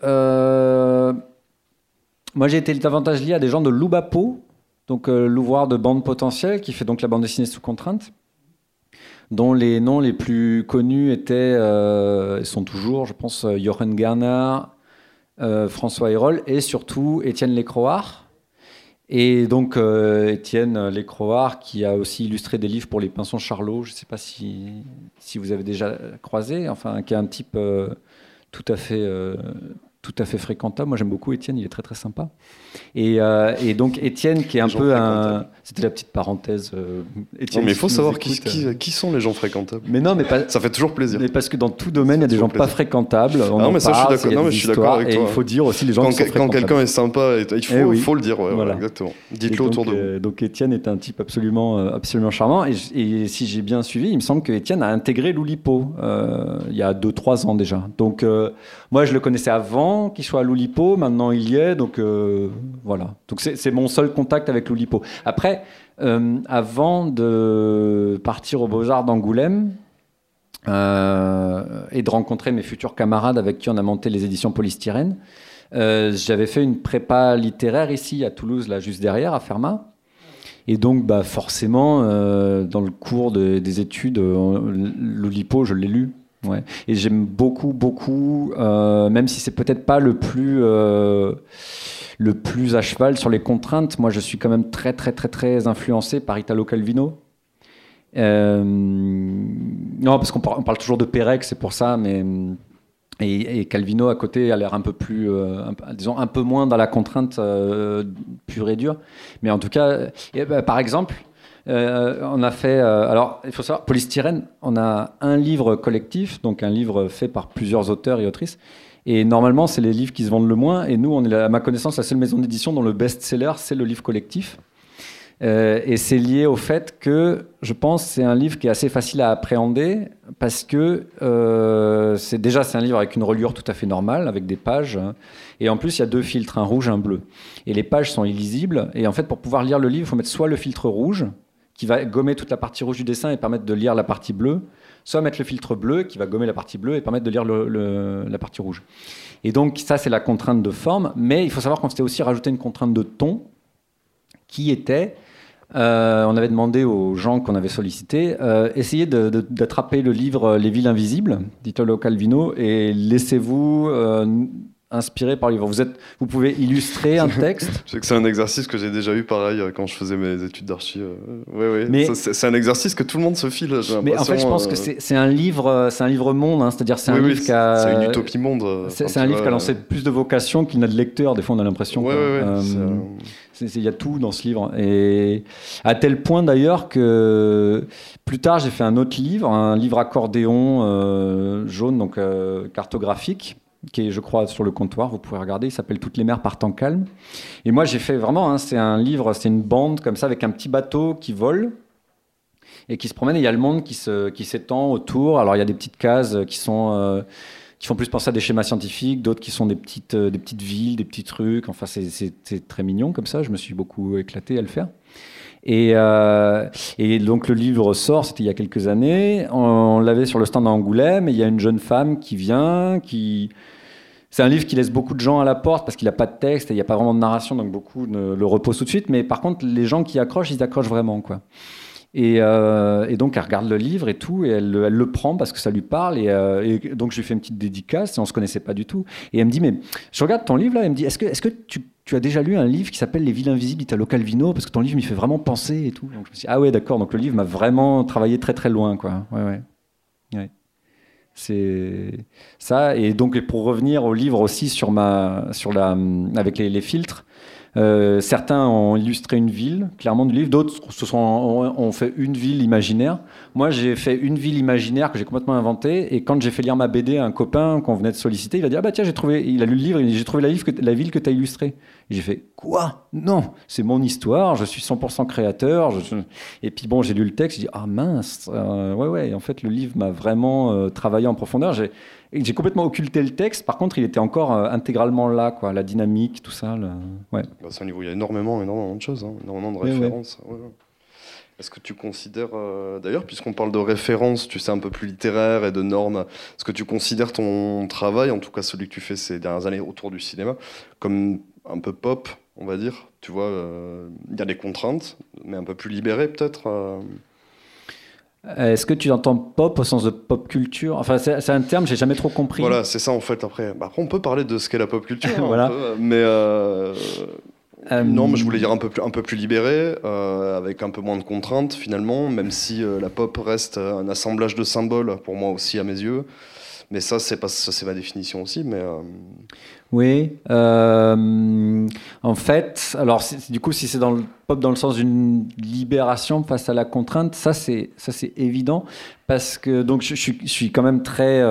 moi j'ai été davantage lié à des gens de l'Oubapo, donc l'ouvroir de bande potentielle qui fait donc la bande dessinée sous contrainte, dont les noms les plus connus étaient, sont toujours, je pense, Jochen Gerner, François Hérol et surtout Étienne Lécroard. Et donc Étienne Lécroard, qui a aussi illustré des livres pour les Pinsons Charlot, je ne sais pas si vous avez déjà croisé, enfin qui est un type tout à fait fréquentable. Moi j'aime beaucoup Étienne, il est très très sympa. Et donc Étienne qui est un peu un... C'était la petite parenthèse. Étienne, non, mais il faut savoir écoute, qui sont les gens fréquentables. Mais non, mais pas... Ça fait toujours plaisir. Mais parce que dans tout domaine, il y a des gens pas fréquentables. Non, mais ça, je suis d'accord. Non, mais je suis d'accord avec toi. Et il faut dire aussi les gens qui sont fréquentables. Quand quelqu'un est sympa, il faut le dire. Ouais, voilà. Exactement. Dites-le autour de vous. Donc Étienne est un type absolument charmant. Et si j'ai bien suivi, il me semble que Étienne a intégré l'Oulipo il y a 2-3 ans déjà. Donc moi, je le connaissais avant qu'il soit à l'Oulipo. Maintenant, il y est. Donc voilà. Donc c'est mon seul contact avec l'Oulipo. Après, avant de partir aux Beaux-Arts d'Angoulême et de rencontrer mes futurs camarades avec qui on a monté les éditions Polystyrène, j'avais fait une prépa littéraire ici à Toulouse, là juste derrière, à Fermat. Et donc, forcément, dans le cours des études, l'Oulipo, je l'ai lu. Ouais. Et j'aime beaucoup, même si c'est peut-être pas le plus à cheval sur les contraintes. Moi, je suis quand même très, très, très, très influencé par Italo Calvino. Non, parce qu'on parle toujours de Pérec, c'est pour ça, mais... Et Calvino, à côté, a l'air un peu plus... disons, un peu moins dans la contrainte pure et dure. Mais en tout cas, par exemple... on a fait... alors, il faut savoir, Polystyrène, on a un livre collectif, donc un livre fait par plusieurs auteurs et autrices. Et normalement, c'est les livres qui se vendent le moins. Et nous, on est, à ma connaissance, la seule maison d'édition dont le best-seller, c'est le livre collectif. Et c'est lié au fait que, je pense, c'est un livre qui est assez facile à appréhender parce que c'est un livre avec une reliure tout à fait normale, avec des pages. Et en plus, il y a 2 filtres, un rouge et un bleu. Et les pages sont illisibles. Et en fait, pour pouvoir lire le livre, il faut mettre soit le filtre rouge, qui va gommer toute la partie rouge du dessin et permettre de lire la partie bleue, soit mettre le filtre bleu, qui va gommer la partie bleue et permettre de lire la partie rouge. Et donc, ça, c'est la contrainte de forme. Mais il faut savoir qu'on s'était aussi rajouté une contrainte de ton, qui était... on avait demandé aux gens qu'on avait sollicités essayez d'attraper le livre Les Villes Invisibles d'Italo Calvino et laissez-vous inspiré par le livre. Vous pouvez illustrer un texte. Je sais que c'est un exercice que j'ai déjà eu pareil quand je faisais mes études d'archi. Mais c'est un exercice que tout le monde se file. Mais en fait, je pense que c'est un livre monde, hein, c'est-à-dire c'est un livre qui a. C'est une utopie monde. C'est un livre qui a lancé plus de vocation qu'il n'a de lecteurs. Des fois, on a l'impression. Il y a tout dans ce livre. Et à tel point d'ailleurs que plus tard, j'ai fait un autre livre, un livre accordéon jaune, donc cartographique, qui est, je crois, sur le comptoir, vous pouvez regarder, il s'appelle « Toutes les mers par temps calme ». Et moi, j'ai fait vraiment, c'est un livre, c'est une bande comme ça, avec un petit bateau qui vole et qui se promène, et il y a le monde qui s'étend autour. Alors, il y a des petites cases qui font plus penser à des schémas scientifiques, d'autres qui sont des petites villes, des petits trucs. Enfin, c'est très mignon comme ça, je me suis beaucoup éclaté à le faire. Et donc le livre sort, c'était il y a quelques années, on l'avait sur le stand à Angoulême, et il y a une jeune femme qui vient, c'est un livre qui laisse beaucoup de gens à la porte parce qu'il n'a pas de texte et il n'y a pas vraiment de narration, donc beaucoup le reposent tout de suite, mais par contre les gens qui accrochent, ils accrochent vraiment, quoi. Et donc elle regarde le livre et tout, et elle le prend parce que ça lui parle, et donc je lui fais une petite dédicace, et on se connaissait pas du tout, et elle me dit mais je regarde ton livre là, elle me dit est-ce que tu as déjà lu un livre qui s'appelle Les Villes Invisibles d'Italo Calvino, parce que ton livre m'y fait vraiment penser et tout. Donc je me suis dit ah ouais d'accord, donc le livre m'a vraiment travaillé très très loin, quoi. Ouais. C'est ça. Et donc pour revenir au livre aussi avec les filtres. Certains ont illustré une ville, clairement du livre. D'autres ont fait une ville imaginaire. Moi, j'ai fait une ville imaginaire que j'ai complètement inventée. Et quand j'ai fait lire ma BD à un copain qu'on venait de solliciter, il a dit ah bah tiens, il a lu le livre, j'ai trouvé la ville que tu as illustrée. Et j'ai fait quoi? Non, c'est mon histoire, je suis 100% créateur. Et puis bon, j'ai lu le texte, j'ai dit ah mince, ouais. Et en fait, le livre m'a vraiment travaillé en profondeur. J'ai complètement occulté le texte, par contre il était encore intégralement là, quoi, la dynamique, tout ça. Ouais. C'est un livre où il y a énormément de choses, énormément de références. Ouais. Est-ce que tu considères, d'ailleurs, puisqu'on parle de références, tu sais, un peu plus littéraires et de normes, est-ce que tu considères ton travail, en tout cas celui que tu fais ces dernières années autour du cinéma, comme un peu pop, on va dire? Tu vois, il y a des contraintes, mais un peu plus libérées peut-être Est-ce que tu entends pop au sens de pop culture? Enfin, c'est un terme, j'ai jamais trop compris. Voilà, c'est ça en fait. Après, on peut parler de ce qu'est la pop culture, voilà. Mais non, mais je voulais dire un peu plus libéré, avec un peu moins de contraintes finalement, même si la pop reste un assemblage de symboles pour moi aussi à mes yeux. Mais ça, c'est ma définition aussi. Mais oui. En fait, alors du coup, si c'est dans le pop dans le sens d'une libération face à la contrainte, ça c'est évident, parce que donc je suis quand même très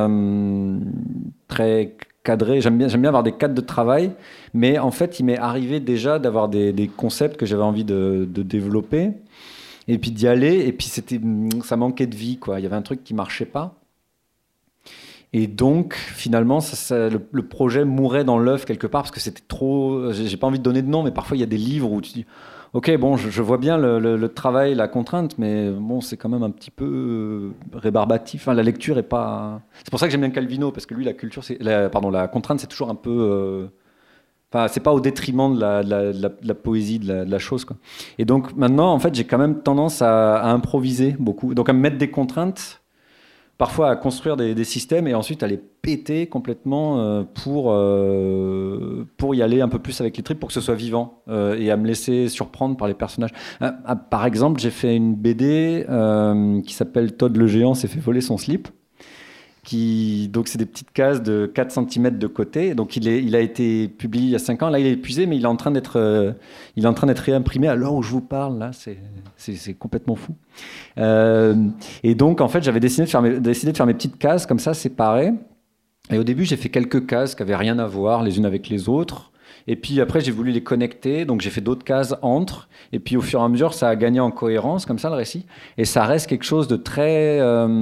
cadré. J'aime bien avoir des cadres de travail, mais en fait, il m'est arrivé déjà d'avoir des concepts que j'avais envie de développer, et puis d'y aller, et puis ça manquait de vie, quoi. Il y avait un truc qui marchait pas. Et donc, finalement, le projet mourait dans l'œuf quelque part, parce que c'était trop... J'ai pas envie de donner de nom, mais parfois, il y a des livres où tu dis « Ok, bon, je vois bien le travail, la contrainte, mais bon, c'est quand même un petit peu rébarbatif. Enfin, la lecture est pas... » C'est pour ça que j'aime bien Calvino, parce que lui, la contrainte, c'est toujours un peu... Enfin, c'est pas au détriment de la poésie, de la chose, quoi. Et donc, maintenant, en fait, j'ai quand même tendance à improviser beaucoup. Donc, à me mettre des contraintes... Parfois à construire des systèmes et ensuite à les péter complètement pour y aller un peu plus avec les tripes, pour que ce soit vivant, et à me laisser surprendre par les personnages. Par exemple, j'ai fait une BD qui s'appelle Todd le géant s'est fait voler son slip. Donc c'est des petites cases de 4 cm de côté. Donc il a été publié il y a 5 ans. Là, il est épuisé, mais il est en train d'être réimprimé à l'heure où je vous parle. Là, c'est complètement fou. Et donc, en fait, j'avais décidé de faire mes petites cases comme ça, séparées. Et au début, j'ai fait quelques cases qui n'avaient rien à voir les unes avec les autres. Et puis après, j'ai voulu les connecter, donc j'ai fait d'autres cases entre. Et puis au fur et à mesure, ça a gagné en cohérence, comme ça, le récit. Et ça reste quelque chose de très...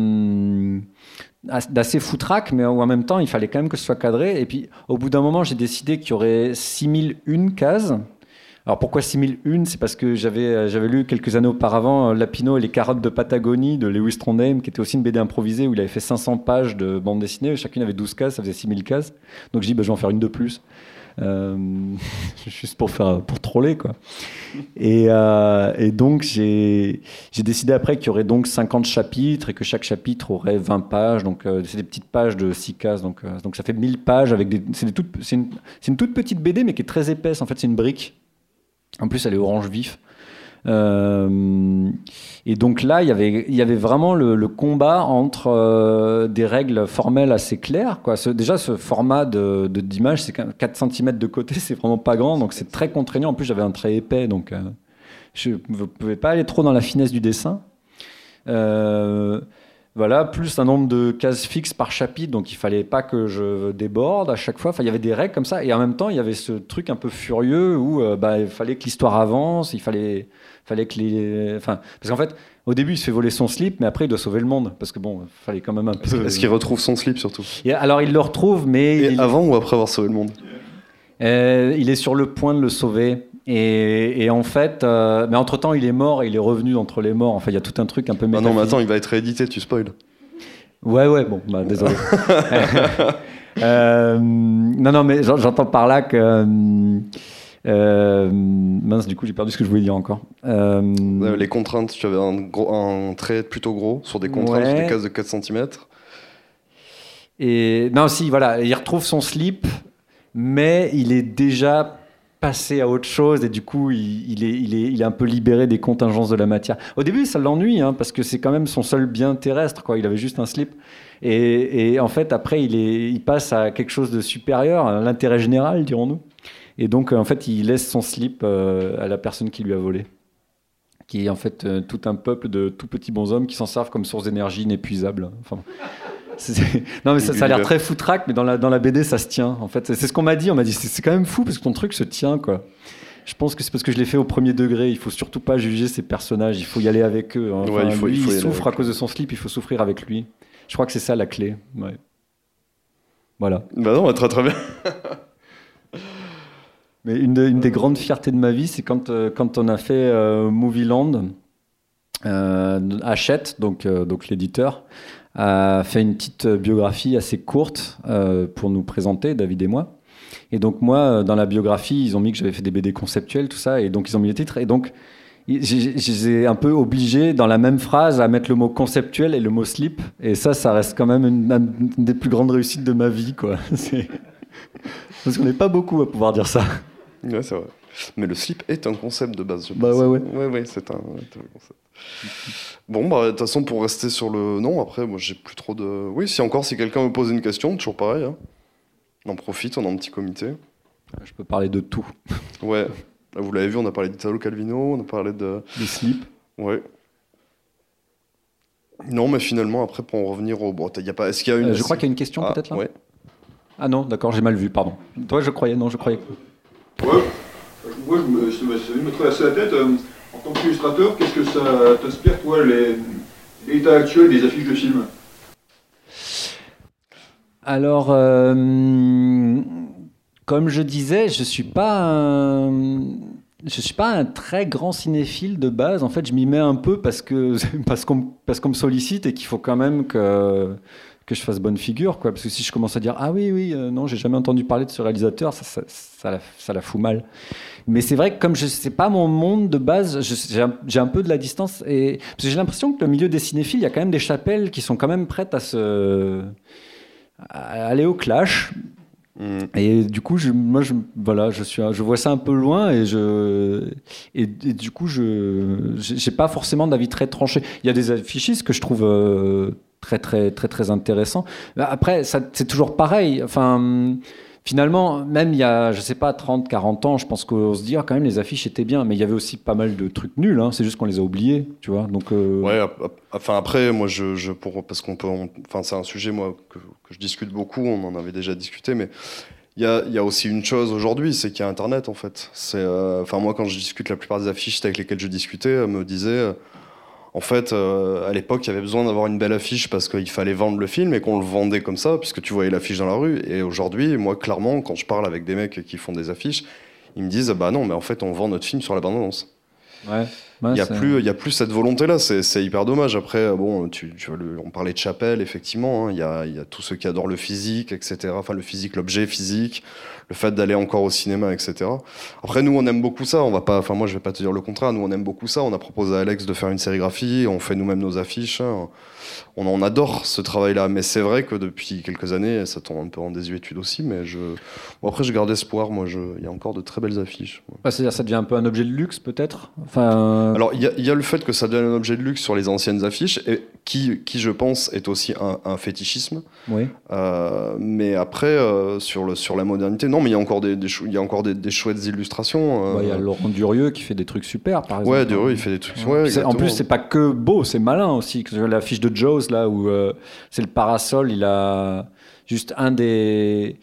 d'assez foutraque, mais en même temps, il fallait quand même que ce soit cadré. Et puis au bout d'un moment, j'ai décidé qu'il y aurait 6001 cases. Alors pourquoi 6001 ? C'est parce que j'avais lu quelques années auparavant Lapino et les carottes de Patagonie de Lewis Trondheim, qui était aussi une BD improvisée où il avait fait 500 pages de bande dessinée, chacune avait 12 cases, ça faisait 6000 cases. Donc je dis, je vais en faire une de plus. Juste pour troller, quoi. Et donc j'ai décidé après qu'il y aurait donc 50 chapitres et que chaque chapitre aurait 20 pages. Donc c'est des petites pages de 6 cases. Donc ça fait 1000 pages avec c'est une toute petite BD mais qui est très épaisse. En fait, c'est une brique. En plus, elle est orange vif. Et donc là, il y avait vraiment le combat entre des règles formelles assez claires, quoi. Déjà, ce format d'image, c'est 4 cm de côté, c'est vraiment pas grand, donc c'est très contraignant. En plus, j'avais un trait épais, donc je ne pouvais pas aller trop dans la finesse du dessin. Voilà, plus un nombre de cases fixes par chapitre, donc il fallait pas que je déborde à chaque fois. Enfin, il y avait des règles comme ça, et en même temps, il y avait ce truc un peu furieux où il fallait que l'histoire avance, il fallait que les... Enfin, parce qu'en fait, au début, il se fait voler son slip, mais après, il doit sauver le monde, parce que bon, il fallait quand même un peu... Est-ce qu'il retrouve son slip, surtout ? Et alors, il le retrouve, mais... Avant ou après avoir sauvé le monde ? Il est sur le point de le sauver. Et en fait, mais entre-temps, il est mort et il est revenu d'entre les morts. Enfin, il y a tout un truc un peu métaphysique. Non, mais attends, il va être réédité, tu spoil. Ouais, bon, désolé. Non, mais j'entends par là que... mince, du coup, j'ai perdu ce que je voulais dire encore. Les contraintes, tu avais un trait plutôt gros sur des contraintes, sur des cases de 4 cm. Et non, si, voilà, il retrouve son slip, mais il est déjà passer à autre chose et du coup il est un peu libéré des contingences de la matière. Au début ça l'ennuie parce que c'est quand même son seul bien terrestre, quoi. Il avait juste un slip et en fait après il passe à quelque chose de supérieur, à l'intérêt général, dirons-nous, et donc en fait il laisse son slip à la personne qui lui a volé, qui est en fait tout un peuple de tout petits bonshommes qui s'en servent comme source d'énergie inépuisable. Enfin, non mais ça a l'air très foutraque, mais dans la BD ça se tient en fait. C'est ce qu'on m'a dit. On m'a dit c'est quand même fou parce que ton truc se tient, quoi. Je pense que c'est parce que je l'ai fait au premier degré. Il faut surtout pas juger ces personnages. Il faut y aller avec eux. Enfin, ouais, il souffre à cause de son slip. Il faut souffrir avec lui. Je crois que c'est ça la clé. Ouais. Voilà. Bah non, très très bien. Mais une des grandes fiertés de ma vie, c'est quand on a fait Movieland. Hachette, donc l'éditeur, a fait une petite biographie assez courte pour nous présenter, David et moi. Et donc moi, dans la biographie, ils ont mis que j'avais fait des BD conceptuels, tout ça, et donc ils ont mis les titres. Et donc, je les ai un peu obligés, dans la même phrase, à mettre le mot conceptuel et le mot slip. Et ça reste quand même une des plus grandes réussites de ma vie, quoi. Parce qu'on n'est pas beaucoup à pouvoir dire ça. Ouais, c'est vrai. Mais le slip est un concept de base, je pense. Bah ouais. Ouais, c'est un concept. Bon, de toute façon, pour rester sur le... Non, après, moi, j'ai plus trop de... Oui, si quelqu'un me pose une question, toujours pareil. Hein. On en profite, on est en petit comité. Je peux parler de tout. Ouais. Là, vous l'avez vu, on a parlé d'Italo Calvino, on a parlé de... Des slips. Ouais. Non, mais finalement, après, pour en revenir au... Bon, y a pas... Est-ce qu'il y a une... Je crois qu'il y a une question, peut-être, là. Ouais. Ah non, d'accord, j'ai mal vu, pardon. Toi, je croyais... Non, je croyais... Ouais. Moi, ça me traverse la tête. En tant qu'illustrateur, qu'est-ce que ça t'inspire, toi, l'état actuel des affiches de films ? Alors, comme je disais, je suis pas un très grand cinéphile de base. En fait, je m'y mets un peu parce qu'on me sollicite et qu'il faut quand même que je fasse bonne figure, quoi. Parce que si je commence à dire ah oui, non, j'ai jamais entendu parler de ce réalisateur, ça la fout mal. Mais c'est vrai que comme c'est pas mon monde de base, j'ai un peu de la distance, et parce que j'ai l'impression que le milieu des cinéphiles, il y a quand même des chapelles qui sont quand même prêtes à aller au clash. Et du coup, je vois ça un peu loin, et du coup, j'ai pas forcément d'avis très tranché. Il y a des affichistes que je trouve très très très très intéressants. Après, c'est toujours pareil. Enfin, finalement, même il y a, je sais pas, 30, 40 ans, je pense qu'on se dit quand même les affiches étaient bien, mais il y avait aussi pas mal de trucs nuls. C'est juste qu'on les a oubliés, tu vois. Donc ouais. Enfin après, moi, parce qu'on peut, enfin c'est un sujet moi que je discute beaucoup. On en avait déjà discuté, mais Il y a aussi une chose aujourd'hui, c'est qu'il y a Internet en fait. Enfin moi quand je discute, la plupart des affichistes avec lesquels je discutais me disaient, en fait, à l'époque, il y avait besoin d'avoir une belle affiche parce qu'il fallait vendre le film et qu'on le vendait comme ça, puisque tu voyais l'affiche dans la rue. Et aujourd'hui, moi, clairement, quand je parle avec des mecs qui font des affiches, ils me disent, bah non, mais en fait, on vend notre film sur la bande-annonce. Ouais. Il n'y a plus cette volonté-là, c'est hyper dommage. Après, bon, on parlait de Chappelle, effectivement, hein, il y a tous ceux qui adorent le physique, etc. Enfin, le physique, l'objet physique, le fait d'aller encore au cinéma, etc. Après, nous, on aime beaucoup ça. On va pas, enfin, moi, je vais pas te dire le contraire. Nous, on aime beaucoup ça. On a proposé à Alex de faire une sérigraphie. On fait nous-mêmes nos affiches. Hein. On adore ce travail-là. Mais c'est vrai que depuis quelques années, ça tombe un peu en désuétude aussi. Mais bon, après, je garde espoir. Moi, il y a encore de très belles affiches. C'est-à-dire, ça devient un peu un objet de luxe, peut-être. Enfin. Alors, il y a le fait que ça devienne un objet de luxe sur les anciennes affiches, et qui je pense, est aussi un fétichisme. Oui. Mais après, sur la modernité, non, mais il y a encore des chouettes illustrations. Il y a Laurent Durieux qui fait des trucs super, par exemple. Ouais, Durieux, il fait des trucs. Ouais, en plus, c'est pas que beau, c'est malin aussi. L'affiche de Jaws, là, où c'est le parasol, il a juste un des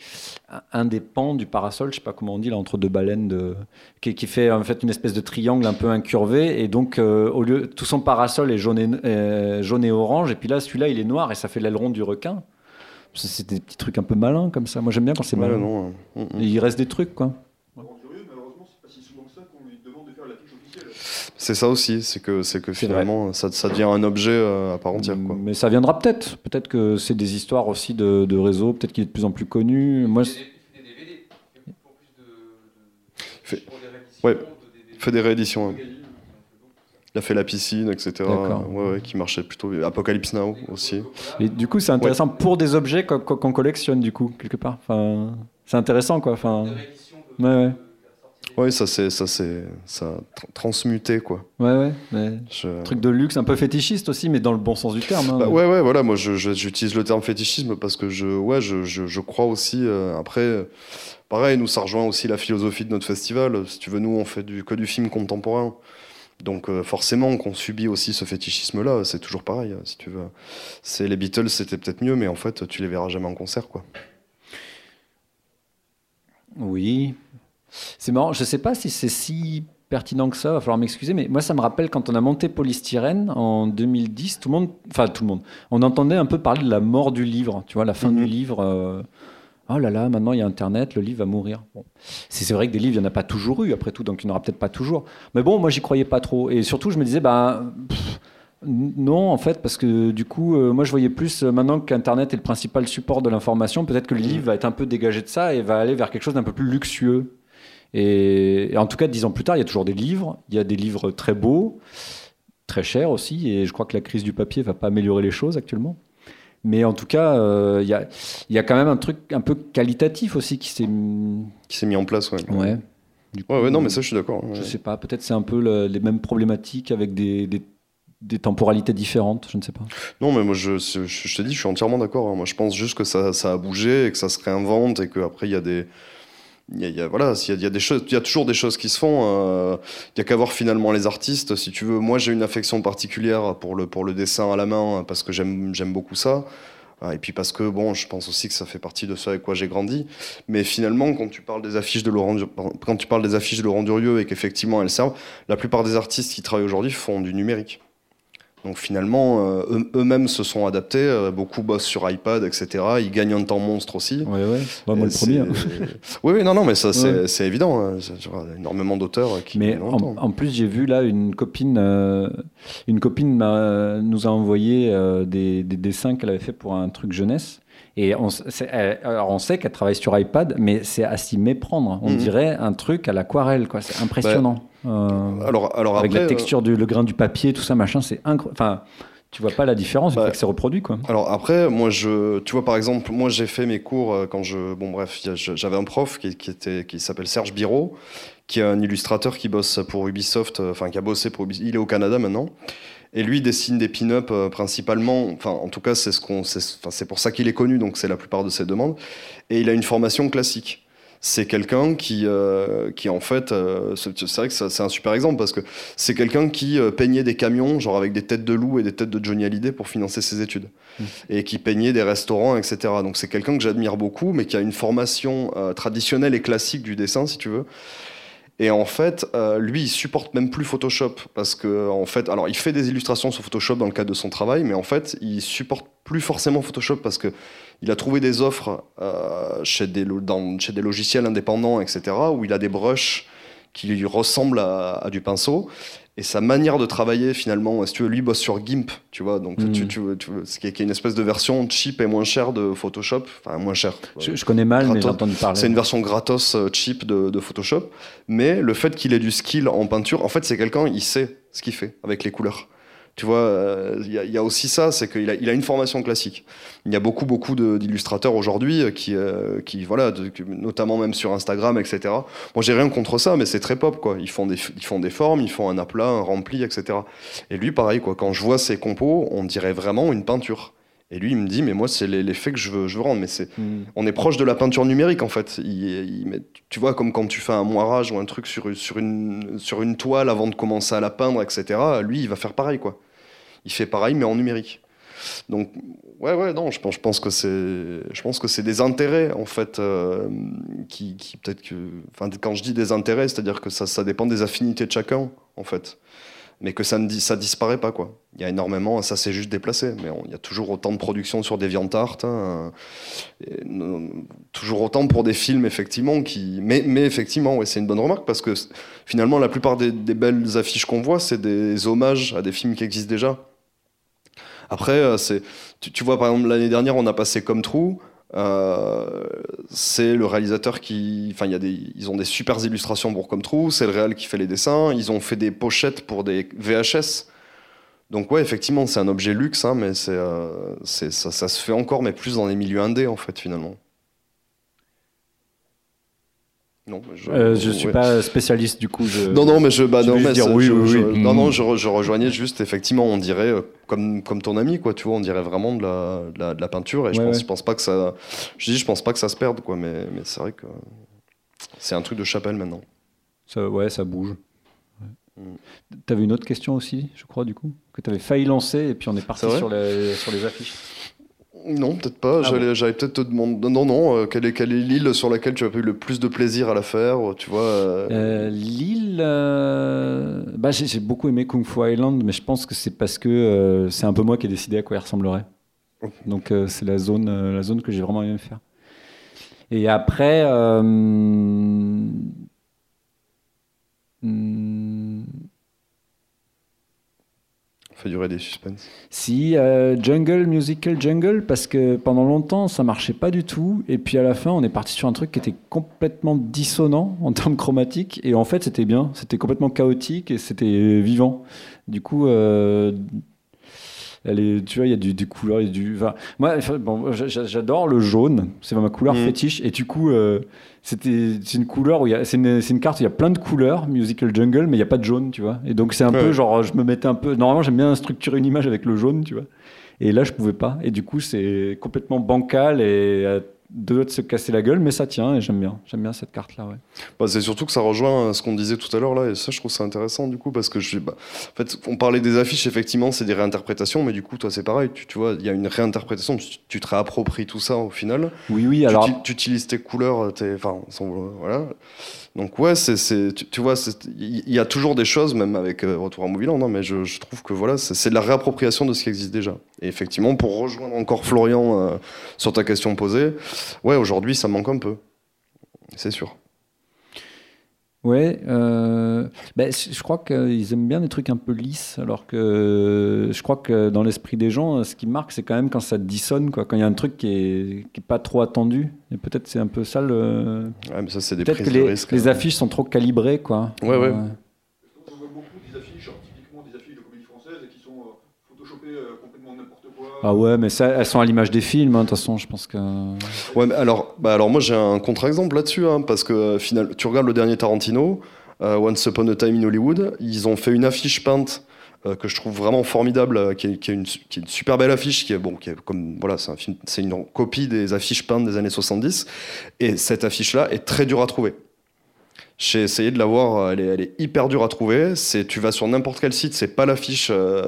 pans du parasol, je sais pas comment on dit, là, entre deux baleines, qui fait en fait une espèce de triangle un peu incurvé, et donc au lieu, tout son parasol est jaune et orange, et puis là, celui-là, il est noir, et ça fait l'aileron du requin. C'est des petits trucs un peu malins comme ça. Moi, j'aime bien quand c'est malin. Non. Il reste des trucs, quoi. Malheureusement, c'est pas si souvent que ça qu'on lui demande de faire l'affiche officielle. C'est ça aussi, c'est que finalement, ça devient un objet à part entière, quoi. Mais ça viendra peut-être. Peut-être que c'est des histoires aussi de réseau. Peut-être qu'il est de plus en plus connu. Moi, Il fait des DVD. Pour plus pour il fait des rééditions. Ouais. Il a fait La Piscine, etc. Ouais, qui marchait plutôt. Apocalypse Now aussi. Et du coup, c'est intéressant pour des objets qu'on collectionne, du coup, quelque part. Enfin, c'est intéressant, quoi. Enfin, ouais, ça a transmuté, quoi. Ouais. Truc de luxe, un peu fétichiste aussi, mais dans le bon sens du terme. Hein. Bah, ouais, voilà. Moi, j'utilise le terme fétichisme parce que je crois aussi. Après, pareil, nous, ça rejoint aussi la philosophie de notre festival. Si tu veux, nous, on fait que du film contemporain. Donc forcément qu'on subit aussi ce fétichisme-là, c'est toujours pareil, si tu veux. Les Beatles, c'était peut-être mieux, mais en fait, tu les verras jamais en concert, quoi. Oui. C'est marrant, je sais pas si c'est si pertinent que ça, il va falloir m'excuser, mais moi ça me rappelle quand on a monté Polystyrène en 2010, tout le monde, on entendait un peu parler de la mort du livre, tu vois, la fin du livre... Oh là là, maintenant il y a Internet, le livre va mourir. Bon. C'est vrai que des livres, il n'y en a pas toujours eu, après tout, donc il n'y en aura peut-être pas toujours. Mais bon, moi, j'y croyais pas trop. Et surtout, je me disais, non, en fait, parce que du coup, moi, je voyais plus, maintenant qu'Internet est le principal support de l'information, peut-être que le livre va être un peu dégagé de ça et va aller vers quelque chose d'un peu plus luxueux. Et en tout cas, 10 ans plus tard, il y a toujours des livres. Il y a des livres très beaux, très chers aussi, et je crois que la crise du papier ne va pas améliorer les choses actuellement. Mais en tout cas, il y a quand même un truc un peu qualitatif aussi qui s'est mis en place. Ouais. Du coup, non, mais ça, je suis d'accord. Je sais pas, peut-être c'est un peu les mêmes problématiques avec des temporalités différentes, je ne sais pas. Non, mais moi, je te dis, je suis entièrement d'accord. Hein. Moi, je pense juste que ça a bougé et que ça se réinvente et qu'après, il y a des... Il y a des choses, il y a toujours des choses qui se font. Il y a qu'à voir finalement les artistes. Si tu veux, moi j'ai une affection particulière pour le dessin à la main parce que j'aime beaucoup ça. Et puis parce que bon, je pense aussi que ça fait partie de ce avec quoi j'ai grandi. Mais finalement, quand tu parles des affiches de Laurent Durieux et qu'effectivement elles servent, la plupart des artistes qui travaillent aujourd'hui font du numérique. Donc finalement, eux-mêmes se sont adaptés, beaucoup bossent sur iPad, etc. Ils gagnent un temps monstre aussi. Ouais. Bah, moi le premier. Oui, non, mais ça c'est évident. Hein. Énormément d'auteurs qui... Mais en plus, j'ai vu là une copine nous a envoyé des dessins qu'elle avait fait pour un truc jeunesse. Et on sait qu'elle travaille sur iPad, mais c'est à s'y méprendre. On dirait un truc à l'aquarelle, quoi. C'est impressionnant. Alors avec après, la texture le grain du papier, tout ça, machin, c'est incroyable. Enfin, tu vois pas la différence, que c'est reproduit, quoi. Alors après, moi, tu vois, par exemple, moi, j'ai fait mes cours quand j'avais un prof qui s'appelle Serge Biro, qui est un illustrateur qui bosse pour Ubisoft, qui a bossé pour Ubisoft. Il est au Canada maintenant. Et lui dessine des pin-up principalement, en tout cas c'est pour ça qu'il est connu, donc c'est la plupart de ses demandes. Et il a une formation classique. c'est quelqu'un qui en fait, c'est vrai que c'est un super exemple parce que c'est quelqu'un qui peignait des camions, genre avec des têtes de loup et des têtes de Johnny Hallyday pour financer ses études, et qui peignait des restaurants, etc. Donc c'est quelqu'un que j'admire beaucoup, mais qui a une formation traditionnelle et classique du dessin, si tu veux. Et en fait, lui, il supporte même plus Photoshop parce que, en fait, alors il fait des illustrations sur Photoshop dans le cadre de son travail, mais en fait, il supporte plus forcément Photoshop parce que il a trouvé des offres chez des logiciels indépendants, etc., où il a des brushes qui lui ressemblent à du pinceau. Et sa manière de travailler, finalement, si tu veux, lui bosse sur GIMP, tu vois, donc ce qui est une espèce de version cheap et moins chère de Photoshop, enfin moins cher. Je connais mal, gratos. mais j'ai entendu parler. C'est une version gratos cheap de Photoshop, mais le fait qu'il ait du skill en peinture, en fait, c'est quelqu'un, il sait ce qu'il fait avec les couleurs. Tu vois, il y a aussi ça, c'est qu'il a une formation classique. Il y a beaucoup d'illustrateurs aujourd'hui qui voilà, notamment même sur Instagram, etc. Moi, j'ai rien contre ça, mais c'est très pop, quoi. Ils font des formes, ils font un aplat, un rempli, etc. Et lui, pareil, quoi. Quand je vois ses compos, on dirait vraiment une peinture. Et lui, il me dit, mais moi, c'est l'effet que je veux rendre. Mais on est proche de la peinture numérique, en fait. Tu vois, comme quand tu fais un moirage ou un truc sur une toile avant de commencer à la peindre, etc. Lui, il va faire pareil, quoi. Il fait pareil, mais en numérique. Donc, non, je pense que c'est des intérêts, en fait, qui peut-être que... Enfin, quand je dis des intérêts, c'est-à-dire que ça dépend des affinités de chacun, en fait. Mais que ça disparaît pas, quoi. Il y a énormément, ça s'est juste déplacé, mais il y a toujours autant de productions sur DeviantArt, toujours autant pour des films, effectivement, mais effectivement, ouais, c'est une bonne remarque, parce que finalement, la plupart des belles affiches qu'on voit, c'est des hommages à des films qui existent déjà. Après, tu vois, par exemple, l'année dernière, on a passé Comme Trou. C'est le réalisateur enfin, ils ont des super illustrations pour Comme Trou. C'est le réal qui fait les dessins. Ils ont fait des pochettes pour des VHS. Donc ouais, effectivement, c'est un objet luxe, hein, mais ça se fait encore, mais plus dans les milieux indés, en fait, finalement. Non, je suis pas spécialiste du coup. Non, mais je rejoignais juste, effectivement, on dirait comme ton ami, quoi. Tu vois, on dirait vraiment de la peinture. Et je pense pas que ça. Je pense pas que ça se perde, quoi. Mais c'est vrai que c'est un truc de chapelle maintenant. Ça bouge. Ouais. T'avais une autre question aussi, je crois, du coup, que t'avais failli lancer et puis on est parti sur les affiches. Non, peut-être pas. J'allais peut-être te demander. Non. Quelle est l'île sur laquelle tu as eu le plus de plaisir à la faire, tu vois L'île, j'ai beaucoup aimé Kung Fu Island, mais je pense que c'est parce que c'est un peu moi qui ai décidé à quoi il ressemblerait. Donc c'est la zone que j'ai vraiment aimé faire. Et après, fait durer des suspens. Si, Musical Jungle, parce que pendant longtemps, ça marchait pas du tout. Et puis à la fin, on est parti sur un truc qui était complètement dissonant en termes chromatiques. Et en fait, c'était bien. C'était complètement chaotique et c'était vivant. Du coup, tu vois, il y a des couleurs. Moi, j'adore le jaune. C'est ma couleur fétiche. Et du coup, c'est une couleur où c'est une carte où il y a plein de couleurs, Musical Jungle, mais il n'y a pas de jaune, tu vois. Et donc, c'est un peu genre, je me mettais un peu. Normalement, j'aime bien structurer une image avec le jaune, tu vois. Et là, je pouvais pas. Et du coup, c'est complètement bancal et à deux doigts de se casser la gueule, mais ça tient et j'aime bien cette carte-là. Ouais. C'est surtout que ça rejoint ce qu'on disait tout à l'heure là, et ça, je trouve ça intéressant du coup parce que en fait, on parlait des affiches, effectivement, c'est des réinterprétations, mais du coup, toi, c'est pareil. Tu vois, il y a une réinterprétation. Tu te réappropries tout ça au final. Oui. Alors, tu utilises tes couleurs, voilà. Donc ouais, tu vois, il y a toujours des choses, même avec Retour à Movieland, mais je trouve que voilà, c'est de la réappropriation de ce qui existe déjà. Et effectivement, pour rejoindre encore Florian sur ta question posée, ouais, aujourd'hui, ça manque un peu, c'est sûr. Ouais, je crois qu'ils aiment bien des trucs un peu lisses, alors que je crois que dans l'esprit des gens, ce qui marque, c'est quand même quand ça dissonne, quoi, quand il y a un truc qui est pas trop attendu. Et peut-être c'est un peu ça le. Ouais, mais ça, c'est des peut-être prises que de risque. Les affiches sont trop calibrées, quoi. Ouais. On voit beaucoup des affiches, typiquement des affiches de comédie française, qui sont photoshopées complètement n'importe quoi. Ah ouais, mais ça, elles sont à l'image des films, de toute façon, je pense que. Ouais, mais alors moi j'ai un contre-exemple là-dessus, parce que finalement, tu regardes le dernier Tarantino, Once Upon a Time in Hollywood, ils ont fait une affiche peinte que je trouve vraiment formidable, qui est une super belle affiche, qui est comme voilà, c'est un film, c'est une copie des affiches peintes des années 70, et cette affiche-là est très dure à trouver. J'ai essayé de la voir, elle est hyper dure à trouver. Tu vas sur n'importe quel site, c'est pas l'affiche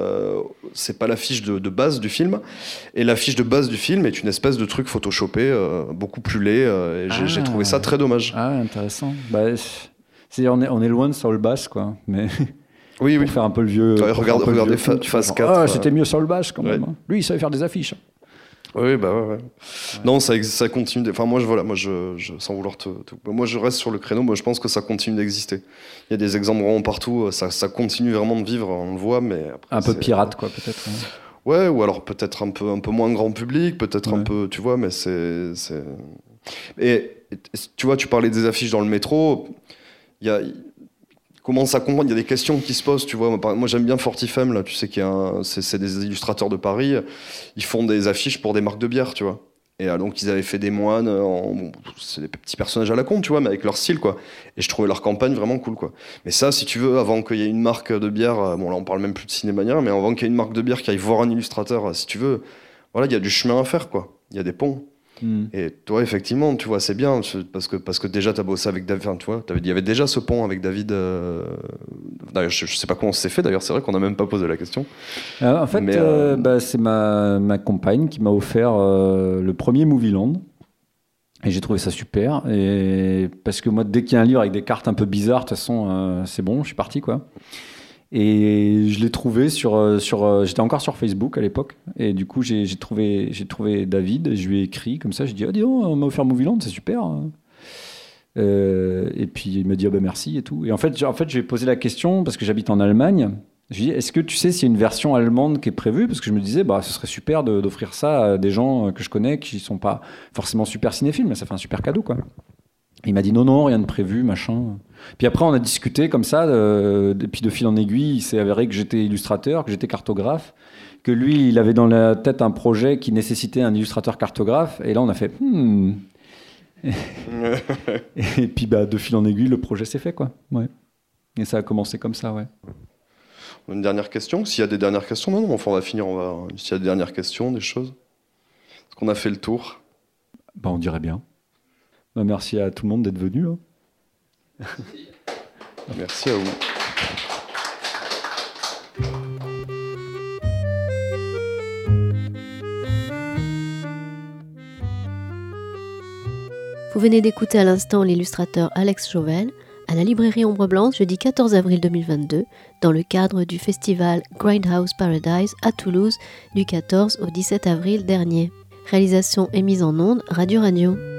de base du film, et l'affiche de base du film est une espèce de truc photoshopé, beaucoup plus laid, et j'ai trouvé ça très dommage. Ah, intéressant. On est loin de Saul Bass, quoi, mais. Oui. Pour faire un peu le vieux. Ouais, regardez Phase 4. Ah, c'était mieux Saul Bass quand même. Lui, il savait faire des affiches. Oui, bah ouais. Non, ça continue. Enfin, moi, sans vouloir moi, je reste sur le créneau. Moi, je pense que ça continue d'exister. Il y a des exemples vraiment partout. Ça continue vraiment de vivre. On le voit, mais après, un peu pirate, quoi, peut-être. Ouais, ou alors peut-être un peu moins grand public, peut-être un peu, tu vois, mais c'est. Et tu vois, tu parlais des affiches dans le métro. Comment ça comprendre ? Il y a des questions qui se posent, tu vois. Moi, j'aime bien Fortifem, là. Tu sais c'est des illustrateurs de Paris. Ils font des affiches pour des marques de bière, tu vois. Et donc, ils avaient fait des moines. C'est des petits personnages à la con, tu vois, mais avec leur style, quoi. Et je trouvais leur campagne vraiment cool, quoi. Mais ça, si tu veux, avant qu'il y ait une marque de bière, bon, là, on parle même plus de Cinémania, mais avant qu'il y ait une marque de bière qui aille voir un illustrateur, si tu veux, voilà, il y a du chemin à faire, quoi. Il y a des ponts. Et toi, effectivement, tu vois, c'est bien parce que déjà t'as bossé avec David. Enfin, tu vois, il y avait déjà ce pont avec David. D'ailleurs, je sais pas comment ça s'est fait. D'ailleurs, c'est vrai qu'on n'a même pas posé la question. En fait, c'est ma compagne qui m'a offert le premier Movieland. Et j'ai trouvé ça super. Et parce que moi, dès qu'il y a un livre avec des cartes un peu bizarres, de toute façon, c'est bon, je suis parti, quoi. Et je l'ai trouvé j'étais encore sur Facebook à l'époque, et du coup j'ai trouvé David, et je lui ai écrit comme ça, je dis dis donc, on m'a offert Movieland, c'est super. Et puis il m'a dit merci et tout. Et en fait je lui ai posé la question parce que j'habite en Allemagne. Je lui ai dit, est-ce que tu sais s'il y a une version allemande qui est prévue, parce que je me disais ce serait super d'offrir ça à des gens que je connais qui sont pas forcément super cinéphiles, mais ça fait un super cadeau, quoi. Il m'a dit non, rien de prévu, machin. Puis après, on a discuté comme ça, et puis de fil en aiguille, il s'est avéré que j'étais illustrateur, que j'étais cartographe, que lui, il avait dans la tête un projet qui nécessitait un illustrateur cartographe, et là, on a fait et puis de fil en aiguille, le projet s'est fait, quoi. Ouais. Et ça a commencé comme ça, ouais. Une dernière question ? S'il y a des dernières questions, non, enfin, on va finir. S'il y a des dernières questions, des choses. Est-ce qu'on a fait le tour ? On dirait bien. Merci à tout le monde d'être venu. Merci à vous. Vous venez d'écouter à l'instant l'illustrateur Alex Chauvel à la librairie Ombre Blanche jeudi 14 avril 2022 dans le cadre du festival Grindhouse Paradise à Toulouse du 14 au 17 avril dernier. Réalisation et mise en onde Radio.